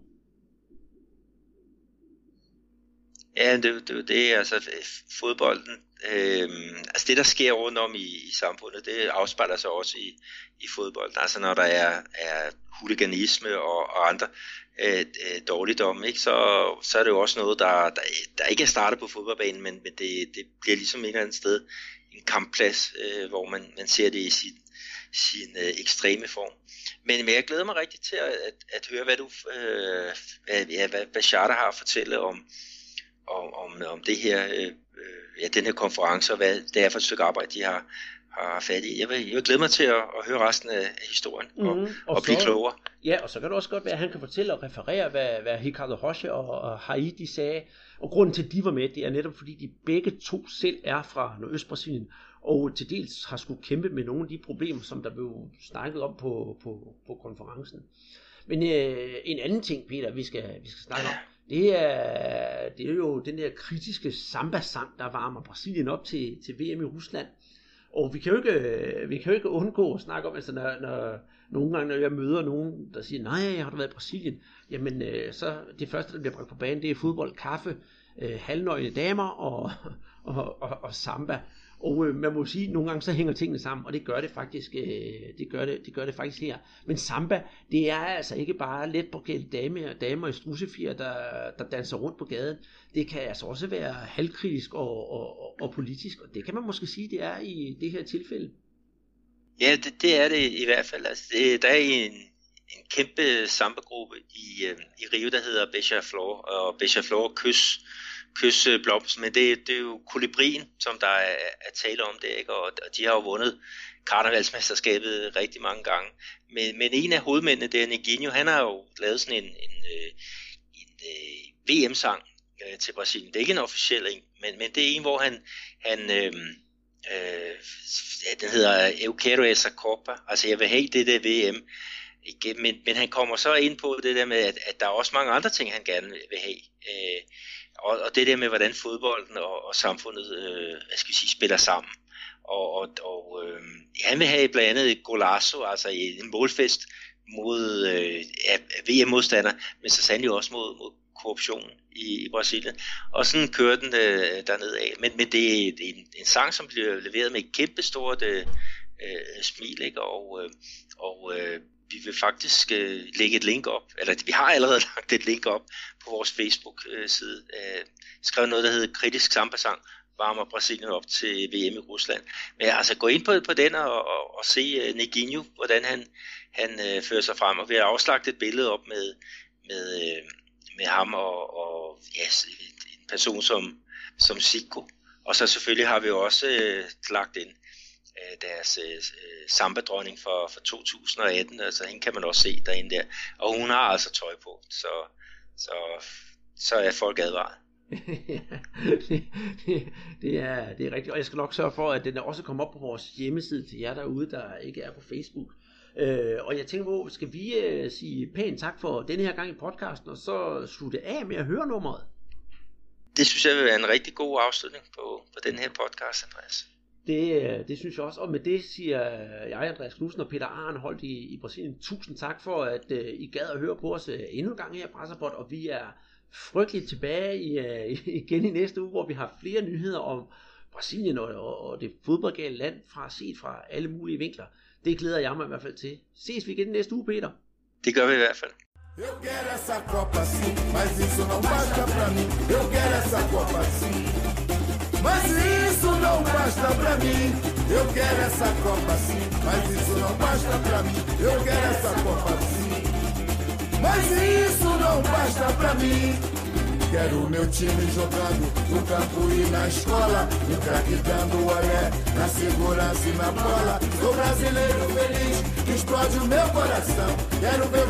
Ja, det er altså fodbolden. Altså det, der sker rundt om i samfundet, det afspejler sig også i fodbolden. Altså når der er huliganisme og andre dårligdomme, ikke? Så er det jo også noget, der ikke er startet på fodboldbanen, men det bliver ligesom et eller andet sted en kampplads, hvor man ser det i sin ekstreme form. Men jeg glæder mig rigtig til at høre, hvad Bechara har at fortælle om det her, den her konference, og hvad det er for et stykke arbejde, de har fat i. Jeg vil glæde mig til at høre resten af historien og blive klogere.
Ja, og så kan det også godt være, at han kan fortælle og referere, hvad Ricardo Rocha og Haiti sagde. Og grunden til, at de var med, det er netop fordi, de begge to selv er fra Nordøstbrasilien. og til dels har skulle kæmpe med nogle af de problemer, som der blev snakket om på konferencen. Men en anden ting, Peter, vi skal snakke om, det er jo den der kritiske samba-sang, der varmer Brasilien op til VM i Rusland. Og vi kan jo ikke undgå at snakke om, altså når nogle gange, når jeg møder nogen, der siger, nej, har du været i Brasilien? Jamen, så det første, der bliver bragt på banen, det er fodbold, kaffe, halvnøgne damer og samba. Og man må sige, at nogle gange så hænger tingene sammen, og det gør det faktisk, det gør det faktisk her. Men samba, det er altså ikke bare let påklædte damer i strussefjer, der danser rundt på gaden. Det kan altså også være halvkritisk og politisk, og det kan man måske sige, det er i det her tilfælde.
Ja, det er det i hvert fald. Altså, der er en kæmpe samba-gruppe i Rio, der hedder Beija-Flor, og Beija-Flor Kys Blomsten, men det er jo kolibrien, som der er tale om det, ikke? Og de har jo vundet karnevalsmesterskabet rigtig mange gange. Men en af hovedmændene, det er Neguinho, han har jo lavet sådan en VM-sang til Brasilien. Det er ikke en officiel en, men det er en, hvor den hedder Eu quero essa Copa, altså jeg vil have det der VM. Men han kommer så ind på det der med, at der er også mange andre ting, han gerne vil have. Og det der med, hvordan fodbolden og samfundet spiller sammen. Og han vil have blandt andet et golazo, altså en målfest mod VM-modstander, men så sandelig også mod korruption i Brasilien. Og sådan kører den dernede af. Men det er en sang, som bliver leveret med et kæmpestort smil, ikke? Og vi vil faktisk lægge et link op, eller vi har allerede lagt et link op på vores Facebook-side. Skrevet noget, der hedder Kritisk Samba-sang, varmer Brasilien op til VM i Rusland. Men altså gå ind på den og se Neguinho, hvordan han fører sig frem. Og vi har afslagt et billede op med ham og en person som Zico. Og så selvfølgelig har vi også lagt ind deres samba-dronning for 2018, altså hende kan man også se derinde der, og hun har altså tøj på, så er folk advaret.
det er rigtigt, og jeg skal nok sørge for, at den også kommer op på vores hjemmeside til jer derude, der ikke er på Facebook. Og jeg tænker på, skal vi sige pænt tak for denne her gang i podcasten, og så slutte af med at høre nummeret?
Det synes jeg vil være en rigtig god afslutning på den her podcast, Andreas.
Det synes jeg også, og med det siger jeg, Andreas Knudsen og Peter Arnholdt i Brasilien, tusind tak for, at I gad at høre på os endnu en gang her i Brasserpod, og vi er frygteligt tilbage igen i næste uge, hvor vi har flere nyheder om Brasilien og det fodboldgale land set fra alle mulige vinkler. Det glæder jeg mig i hvert fald til. Ses vi igen næste uge, Peter?
Det gør vi i hvert fald.
Eu quero essa Copa sim, mas isso não basta pra mim. Eu quero essa Copa sim, mas isso não basta pra mim. Eu quero essa Copa sim, mas isso não basta pra mim. Eu quero essa Copa sim, mas isso não basta pra mim. Quero o meu time jogando no campo e na escola, o craque dando olé, na segurança e na bola. Sou brasileiro feliz, explode o meu coração. Quero ver